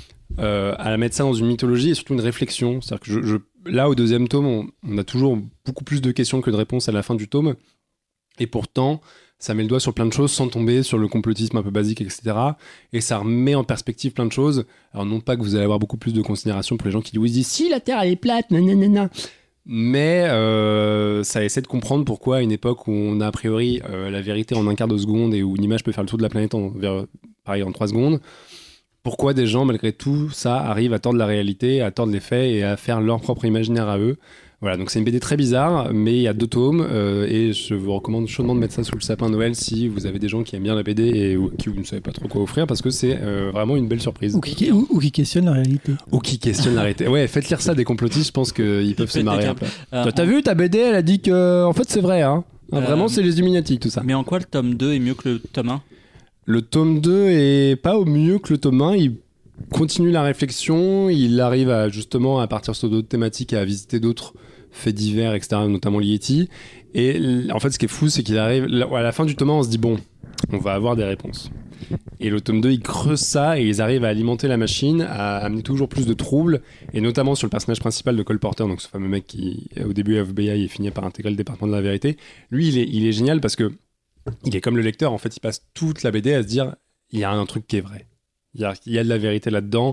Speaker 2: à mettre ça dans une mythologie et surtout une réflexion. C'est-à-dire que là, au 2e tome, on a toujours beaucoup plus de questions que de réponses à la fin du tome. Et pourtant, ça met le doigt sur plein de choses sans tomber sur le complotisme un peu basique, etc. Et ça remet en perspective plein de choses. Alors non pas que vous allez avoir beaucoup plus de considération pour les gens qui disent « Si, la Terre, elle est plate, nanana !» Mais ça essaie de comprendre pourquoi à une époque où on a a priori la vérité en un quart de seconde et où une image peut faire le tour de la planète en 3 secondes, pourquoi des gens, malgré tout ça, arrivent à tordre la réalité, à tordre les faits et à faire leur propre imaginaire à eux. Voilà, donc c'est une BD très bizarre, mais il y a 2 tomes et je vous recommande chaudement de mettre ça sous le sapin de Noël si vous avez des gens qui aiment bien la BD et qui vous ne savez pas trop quoi offrir parce que c'est vraiment une belle surprise.
Speaker 4: Ou qui questionnent la réalité.
Speaker 2: Ou qui questionnent la réalité. Ouais, faites lire ça des complotistes, je pense qu'ils peuvent se marrer un peu. T'as vu, ta BD, elle a dit que en fait c'est vrai, hein. Vraiment, c'est les Illuminati, tout ça.
Speaker 3: Mais en quoi le tome 2 est mieux que le tome 1 ?
Speaker 2: Le tome 2 est pas au mieux que le tome 1, il continue la réflexion, il arrive à justement à partir sur d'autres thématiques et à visiter d'autres faits divers, etc., notamment l'Yeti. Et en fait, ce qui est fou, c'est qu'il arrive à la fin du tome 1, on se dit bon, on va avoir des réponses. Et le tome 2, il creuse ça et ils arrivent à alimenter la machine, à amener toujours plus de troubles, et notamment sur le personnage principal de Cole Porter, donc ce fameux mec qui, au début FBI, et finit par intégrer le département de la vérité. Lui, il est génial parce que il est comme le lecteur, en fait, il passe toute la BD à se dire il y a un truc qui est vrai. Il y a de la vérité là-dedans.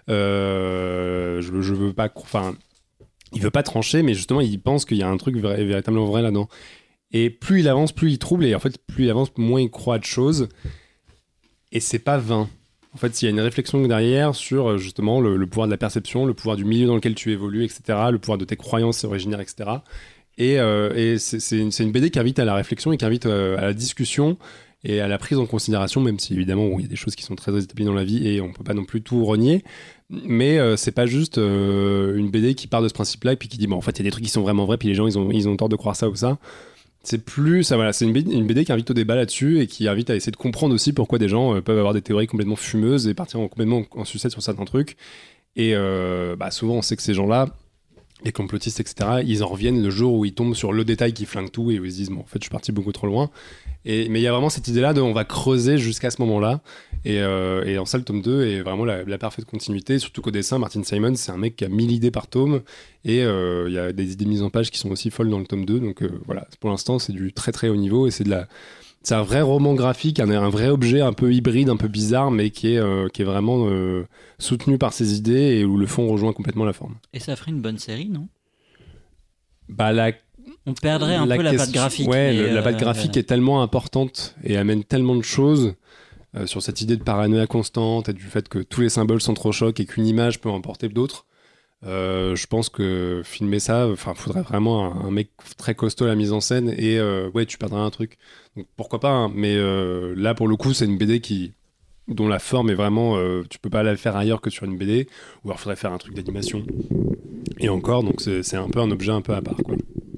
Speaker 2: Je veux pas. Enfin, il veut pas trancher, mais justement, il pense qu'il y a un truc véritablement vrai là-dedans. Et plus il avance, plus il trouble, et en fait, plus il avance, moins il croit de choses. Et c'est pas vain. En fait, il y a une réflexion derrière sur justement le pouvoir de la perception, le pouvoir du milieu dans lequel tu évolues, etc., le pouvoir de tes croyances originaires, etc. Et c'est une BD qui invite à la réflexion et qui invite à la discussion et à la prise en considération, même si évidemment il y a des choses qui sont très établies dans la vie et on peut pas non plus tout renier. Mais c'est pas juste une BD qui part de ce principe-là et puis qui dit bon, en fait il y a des trucs qui sont vraiment vrais puis les gens ils ont tort de croire ça ou ça. C'est plus ça, voilà, c'est une BD qui invite au débat là-dessus et qui invite à essayer de comprendre aussi pourquoi des gens peuvent avoir des théories complètement fumeuses et partir complètement en sucette sur certains trucs. Et souvent on sait que ces gens-là, les complotistes, etc., ils en reviennent le jour où ils tombent sur le détail qui flingue tout et où ils se disent bon, en fait je suis parti beaucoup trop loin. Mais il y a vraiment cette idée-là de on va creuser jusqu'à ce moment-là. Et en ça, le tome 2 est vraiment la parfaite continuité. Surtout qu'au dessin, Martin Simon, c'est un mec qui a 1000 idées par tome. Et il y a des idées mises en page qui sont aussi folles dans le tome 2. Donc voilà, pour l'instant, c'est du très très haut niveau. Et c'est un vrai roman graphique, un vrai objet un peu hybride, un peu bizarre, mais qui est vraiment soutenu par ses idées et où le fond rejoint complètement la forme.
Speaker 3: Et ça ferait une bonne série, non ?
Speaker 2: On
Speaker 3: perdrait un peu la patte graphique.
Speaker 2: Ouais, la patte graphique est tellement importante et amène tellement de choses sur cette idée de paranoïa constante et du fait que tous les symboles s'entrechoquent et qu'une image peut emporter d'autres. Je pense que filmer ça, faudrait vraiment un mec très costaud à la mise en scène et tu perdrais un truc. Donc pourquoi pas, hein, mais là pour le coup c'est une BD dont la forme est vraiment tu peux pas la faire ailleurs que sur une BD, ou alors faudrait faire un truc d'animation et encore, donc c'est un peu un objet un peu à part, quoi.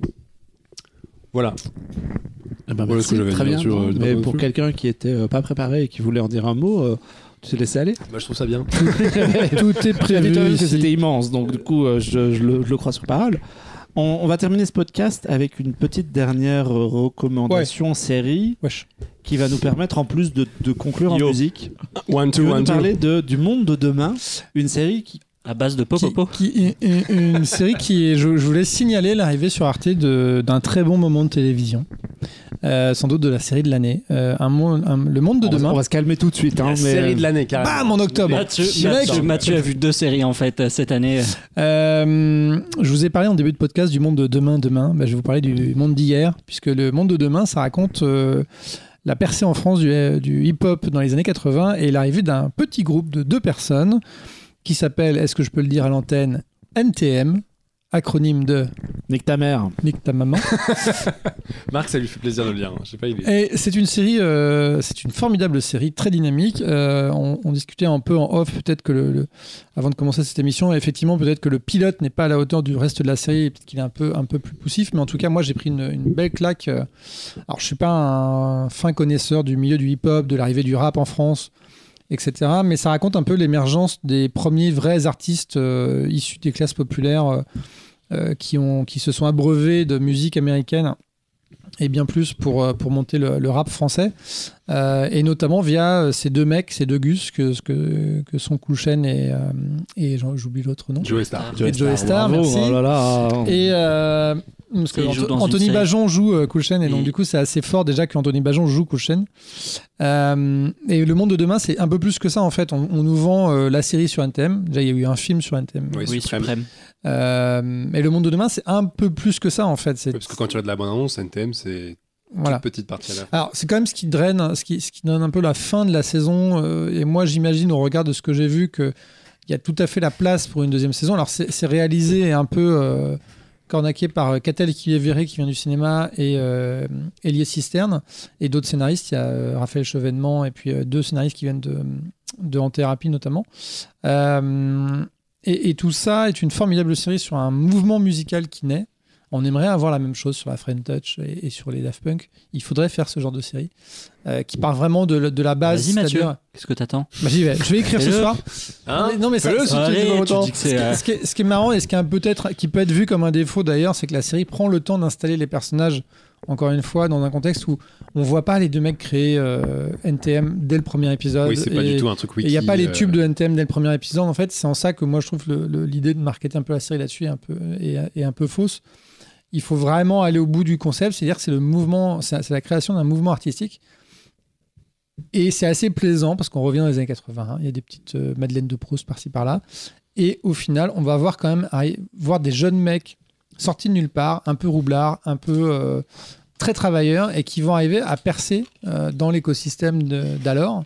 Speaker 2: Voilà.
Speaker 1: Voilà ce que j'avais très bien. Mais pour quelqu'un qui était pas préparé et qui voulait en dire un mot, tu t'es laissé aller.
Speaker 2: Je trouve ça bien.
Speaker 1: Tout est prévu. C'était immense, donc du coup je le crois sur parole. On va terminer ce podcast avec une petite dernière recommandation série qui va nous permettre, en plus de conclure en musique, de parler du Monde de demain, une série qui
Speaker 3: à base de Popopo.
Speaker 4: Une série qui est, je voulais signaler l'arrivée sur Arte d'un très bon moment de télévision. Sans doute de la série de l'année. Le Monde de demain.
Speaker 1: On va se calmer tout de suite.
Speaker 2: La série de l'année, carrément.
Speaker 4: Bam, en octobre.
Speaker 3: Mathieu a vu 2 séries en fait cette année.
Speaker 4: Je vous ai parlé en début de podcast du Monde de demain. Je vais vous parler du monde d'hier, puisque le Monde de demain, ça raconte la percée en France du hip-hop dans les années 80 et l'arrivée d'un petit groupe de 2 personnes qui s'appelle, est-ce que je peux le dire à l'antenne, NTM, acronyme de...
Speaker 1: Nique ta mère.
Speaker 4: Nique ta maman.
Speaker 2: Marc, ça lui fait plaisir de le dire. Je sais pas,
Speaker 4: Et c'est une série, c'est une formidable série, très dynamique. On discutait un peu en off, peut-être que avant de commencer cette émission, effectivement, peut-être que le pilote n'est pas à la hauteur du reste de la série, peut-être qu'il est un peu plus poussif, mais en tout cas, moi, j'ai pris une belle claque. Alors, je suis pas un fin connaisseur du milieu du hip-hop, de l'arrivée du rap en France, etc. Mais ça raconte un peu l'émergence des premiers vrais artistes issus des classes populaires qui se sont abreuvés de musique américaine et bien plus pour monter le rap français. Et notamment via ces 2 mecs, ces 2 gus que sont Cool Chain et j'oublie l'autre nom.
Speaker 2: Joey Star.
Speaker 4: Joey Star, merci.
Speaker 1: Oh là là.
Speaker 4: Et parce que Anthony Bajon joue Cool Chain et donc du coup c'est assez fort déjà qu'Anthony Bajon joue Cool Chain. Et le Monde de demain c'est un peu plus que ça en fait. On nous vend la série sur NTM. Déjà il y a eu un film sur NTM.
Speaker 3: Oui, Suprême.
Speaker 4: Et le Monde de demain c'est un peu plus que ça en fait.
Speaker 2: Parce que quand tu as de la bande annonce, NTM c'est
Speaker 4: Voilà.
Speaker 2: Toute petite partie à la fin.
Speaker 4: Alors, c'est quand même ce qui draine, ce qui donne un peu la fin de la saison. Et moi, j'imagine, au regard de ce que j'ai vu, qu'il y a tout à fait la place pour une deuxième saison. Alors, c'est réalisé et un peu cornaqué par Catel Killié-Verret, qui vient du cinéma, et Elié Cisterne, et d'autres scénaristes. Il y a Raphaël Chevènement, et puis 2 scénaristes qui viennent de En Thérapie, notamment. Et tout ça est une formidable série sur un mouvement musical qui naît. On aimerait avoir la même chose sur la French Touch et sur les Daft Punk. Il faudrait faire ce genre de série qui part vraiment de la base.
Speaker 3: Vas-y Mathieu, qu'est-ce que t'attends ?
Speaker 4: J'y vais. Je vais écrire ce soir. Non mais ça,
Speaker 3: ce
Speaker 4: qui est marrant et ce qui peut être vu comme un défaut d'ailleurs, c'est que la série prend le temps d'installer les personnages. Encore une fois, dans un contexte où on voit pas les 2 mecs créer NTM dès le premier épisode.
Speaker 2: Oui, c'est pas du tout un truc wiki.
Speaker 4: Il n'y a pas les tubes de NTM dès le premier épisode. En fait, c'est en ça que moi je trouve l'idée de marketer un peu la série là-dessus est un peu fausse. Il faut vraiment aller au bout du concept, c'est-à-dire que c'est le mouvement, c'est la création d'un mouvement artistique. Et c'est assez plaisant parce qu'on revient dans les années 80. Hein. Il y a des petites Madeleine de Proust par-ci par-là. Et au final, on va voir quand même voir des jeunes mecs sortis de nulle part, un peu roublards, un peu très travailleurs, et qui vont arriver à percer dans l'écosystème d'alors.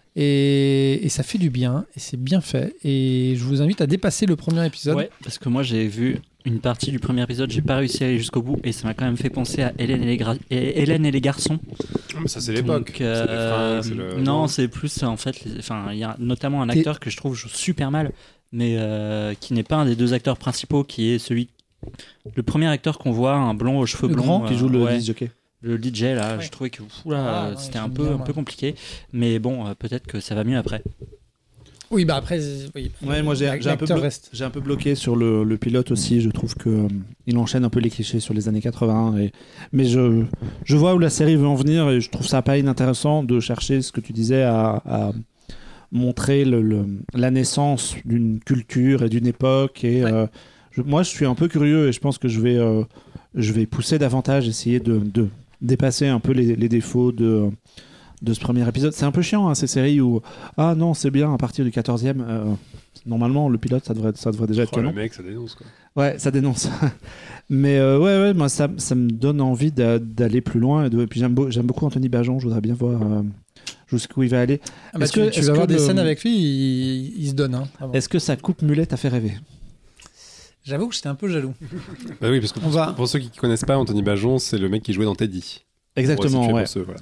Speaker 4: Et ça fait du bien, et c'est bien fait. Et je vous invite à dépasser le premier épisode.
Speaker 3: Ouais, parce que moi j'ai vu une partie du premier épisode, j'ai pas réussi à aller jusqu'au bout, et ça m'a quand même fait penser à Hélène et les garçons.
Speaker 2: Mais ça c'est l'époque.
Speaker 3: Non, c'est plus en fait. Il y a notamment un acteur que je trouve joue super mal, mais qui n'est pas un des 2 acteurs principaux, qui est le premier acteur qu'on voit, un blond aux cheveux blonds,
Speaker 1: qui joue le disc jockey.
Speaker 3: Le DJ là, ouais. Je trouvais que c'était un peu compliqué, mais bon, peut-être que ça va mieux après.
Speaker 4: Oui, bah après, oui.
Speaker 1: Ouais, moi j'ai un peu bloqué sur le pilote aussi. Je trouve que il enchaîne un peu les clichés sur les années 80. Mais je vois où la série veut en venir, et je trouve ça pas inintéressant de chercher ce que tu disais à montrer la naissance d'une culture et d'une époque. Et moi, je suis un peu curieux, et je pense que je vais pousser davantage, essayer de dépasser un peu les défauts de ce premier épisode. C'est un peu chiant, hein, ces séries où non, c'est bien à partir du 14e. Normalement, le pilote, ça devrait déjà être canon.
Speaker 2: Le mec, ça dénonce quoi.
Speaker 1: Ouais, ça dénonce. Mais moi, ça me donne envie d'aller plus loin. Et puis j'aime beaucoup Anthony Bajon. Je voudrais bien voir jusqu'où il va aller.
Speaker 4: Tu vas avoir des scènes avec lui, il se donne. Hein,
Speaker 1: est-ce que sa coupe mulet t'a fait rêver ?
Speaker 4: J'avoue que j'étais un peu jaloux.
Speaker 2: Bah oui, parce que pour ceux qui ne connaissent pas, Anthony Bajon, c'est le mec qui jouait dans Teddy.
Speaker 1: Exactement, ouais.
Speaker 2: Voilà.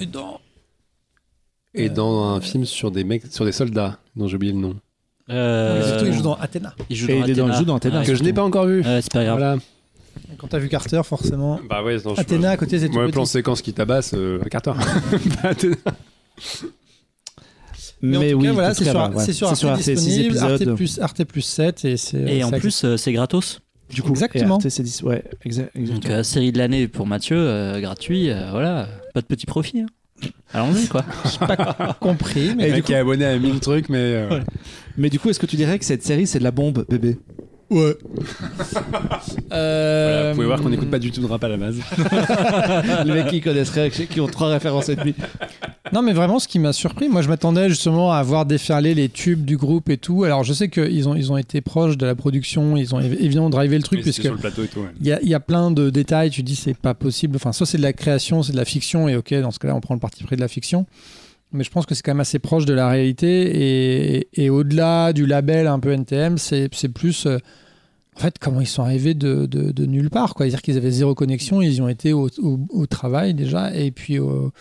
Speaker 2: Et dans un film sur des soldats, dont j'ai oublié le nom.
Speaker 4: Surtout, il joue dans Athéna.
Speaker 1: Il joue dans Athéna.
Speaker 2: Que je n'ai pas encore vu.
Speaker 3: C'est pas grave.
Speaker 2: Voilà.
Speaker 4: Quand t'as vu Carter, forcément.
Speaker 2: Bah ouais, non,
Speaker 4: Athéna à côté, c'est tout petit.
Speaker 2: Plan séquence qui tabasse Carter. Athéna.
Speaker 4: Mais en tout cas, voilà, c'est sur Arte disponible, Arte plus 7
Speaker 3: et en plus c'est gratos.
Speaker 1: Du coup,
Speaker 3: exactement.
Speaker 1: C'est 10, ouais, exactement.
Speaker 3: Donc série de l'année pour Mathieu, gratuit, voilà, pas de petit profit. Hein. Allons-y quoi.
Speaker 4: J'ai pas compris.
Speaker 2: Mais le mec est abonné à 1000 trucs, mais.
Speaker 1: Ouais. Mais du coup, est-ce que tu dirais que cette série c'est de la bombe, bébé ?
Speaker 4: Ouais.
Speaker 2: Voilà, vous pouvez voir qu'on n'écoute pas du tout de rap à la base.
Speaker 1: Les mecs qui connaisseraient, qui ont 3 références et demie.
Speaker 4: Non, mais vraiment, ce qui m'a surpris, moi je m'attendais justement à voir déferler les tubes du groupe et tout. Alors je sais qu'ils ont été proches de la production, ils ont évidemment drivé le truc, puisque
Speaker 2: sur le plateau et tout.
Speaker 4: Il y a plein de détails, tu dis c'est pas possible. Enfin, soit c'est de la création, c'est de la fiction, et ok, dans ce cas-là, on prend le parti pris de la fiction. Mais je pense que c'est quand même assez proche de la réalité, et au-delà du label un peu NTM, c'est plus en fait comment ils sont arrivés de nulle part, quoi. C'est-à-dire qu'ils avaient 0 connexion, ils y ont été au travail déjà, et puis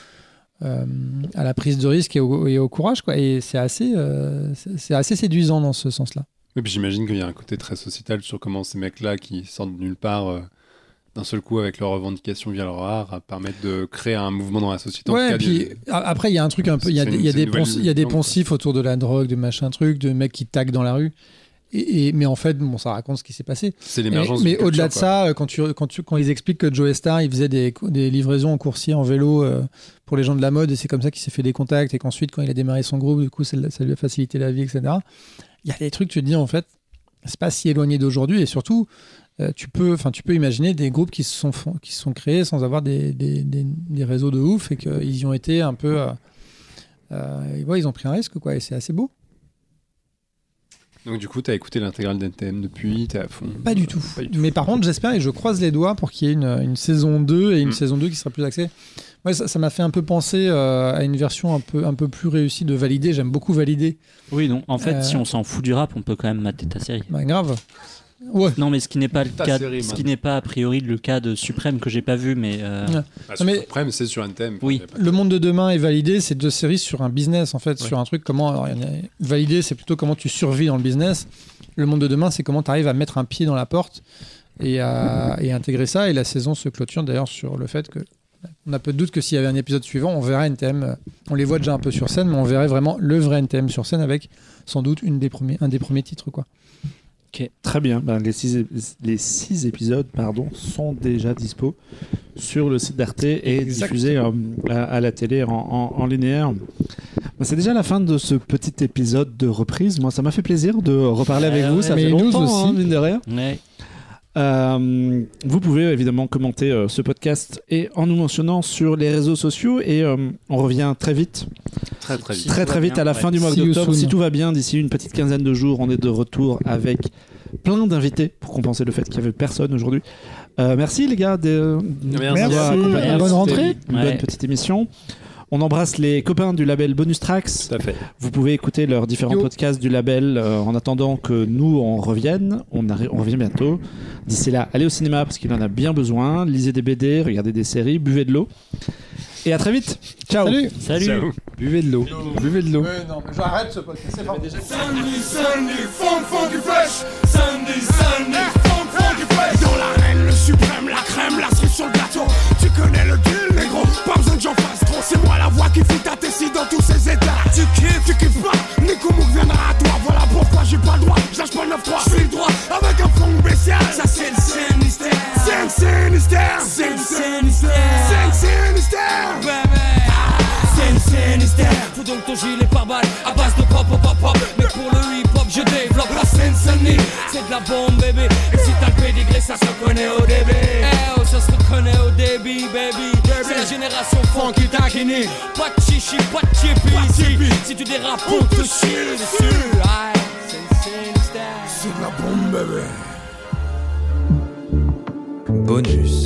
Speaker 4: à la prise de risque et au courage, quoi. Et c'est assez séduisant dans ce sens-là.
Speaker 2: Et puis j'imagine qu'il y a un côté très sociétal sur comment ces mecs-là qui sortent de nulle part d'un seul coup avec leurs revendications via leur art permettent de créer un mouvement dans la société.
Speaker 4: Ouais, et puis après il y a un truc un peu, il y a des poncifs autour de la drogue, de machin truc, de mecs qui taguent dans la rue. Mais en fait, bon, ça raconte ce qui s'est passé.
Speaker 2: C'est l'émergence.
Speaker 4: Mais au-delà de ça, quand ils expliquent que Joe Star, il faisait des livraisons en coursier en vélo pour les gens de la mode, et c'est comme ça qu'il s'est fait des contacts, et qu'ensuite, quand il a démarré son groupe, du coup, ça lui a facilité la vie, etc. Il y a des trucs, tu te dis, en fait, c'est pas si éloigné d'aujourd'hui, et surtout, tu peux imaginer des groupes qui se sont créés sans avoir des réseaux de ouf, et qu'ils y ont été un peu. Ils ont pris un risque, quoi, et c'est assez beau.
Speaker 2: Donc du coup, t'as écouté l'intégrale d'NTM depuis, t'es à fond?
Speaker 4: Pas du tout. Mais par contre, j'espère et je croise les doigts pour qu'il y ait une saison 2 et une saison 2 qui sera plus axée Ouais, ça m'a fait un peu penser à une version un peu plus réussie de Validé. J'aime beaucoup Validé.
Speaker 3: Oui, non. En fait, si on s'en fout du rap, on peut quand même mater ta série.
Speaker 4: Bah, grave. Ouais.
Speaker 3: Non, mais ce qui n'est pas qui n'est pas a priori le cas de Suprême que j'ai pas vu, mais.
Speaker 5: Suprême, c'est sur un thème.
Speaker 3: Oui.
Speaker 4: Le Monde de demain et Validé, c'est 2 séries sur un business en fait, sur un truc comment. Alors, Validé, c'est plutôt comment tu survis dans le business. Le Monde de demain, c'est comment tu arrives à mettre un pied dans la porte et intégrer ça. Et la saison se clôture d'ailleurs sur le fait que on a peu de doute que s'il y avait un épisode suivant, on verrait NTM. On les voit déjà un peu sur scène, mais on verrait vraiment le vrai NTM sur scène avec sans doute un des premiers titres, quoi.
Speaker 1: Ok, très bien. Ben, les 6 épisodes sont déjà dispo sur le site d'Arte et diffusés à la télé en linéaire. Ben, c'est déjà la fin de ce petit épisode de reprise. Moi, ça m'a fait plaisir de reparler avec vous. Ça fait longtemps, aussi. Mine de rien.
Speaker 3: Ouais.
Speaker 1: Vous pouvez évidemment commenter ce podcast et en nous mentionnant sur les réseaux sociaux et on revient très vite.
Speaker 5: Très vite.
Speaker 1: Très vite à la fin du mois d'octobre. Si tout va bien, d'ici une petite quinzaine de jours, on est de retour avec plein d'invités pour compenser le fait qu'il n'y avait personne aujourd'hui. Merci les gars.
Speaker 4: Merci. Bonne rentrée.
Speaker 1: Une bonne petite émission. On embrasse les copains du label Bonus Tracks.
Speaker 5: Tout à fait.
Speaker 1: Vous pouvez écouter leurs différents podcasts du label en attendant que nous on revienne. On revient bientôt. D'ici là, allez au cinéma parce qu'il en a bien besoin. Lisez des BD, regardez des séries, buvez de l'eau. Et à très vite. Ciao.
Speaker 3: Salut.
Speaker 5: Ciao.
Speaker 1: Buvez de l'eau. Buvez de l'eau.
Speaker 4: Non, mais j'arrête ce podcast. C'est fort.
Speaker 6: Sunday, funky fresh. Sunday, funky fresh. Dans l'arène, le suprême, la crème, la cerise sur le gâteau. Tu connais le deal, négro. Pas besoin que j'en fasse trop. C'est moi la voix qui fait ta tessie dans tous ces états. Tu kiffes pas. Nico Mouk viendra à toi. Voilà pourquoi j'ai pas le droit. J'lâche pas le 9-3. J'fais le droit avec un fond spécial. Ça c'est le Sinister. Sinister. Sinister. Faut donc ton gilet pare-balles à base de pop. Mais pour le hip-hop je développe la Seine-Saint-Denis. C'est de la bombe bébé. Et si t'as le pédigré ça se reconnaît au débit. Eh oh ça se reconnaît au débit baby. C'est la génération funky taquini. Pas de chichi, pas de chippy ici. Si tu dérapes on te chie dessus. Aïe, c'est Sinister. C'est de la bombe bébé.
Speaker 7: Bonus.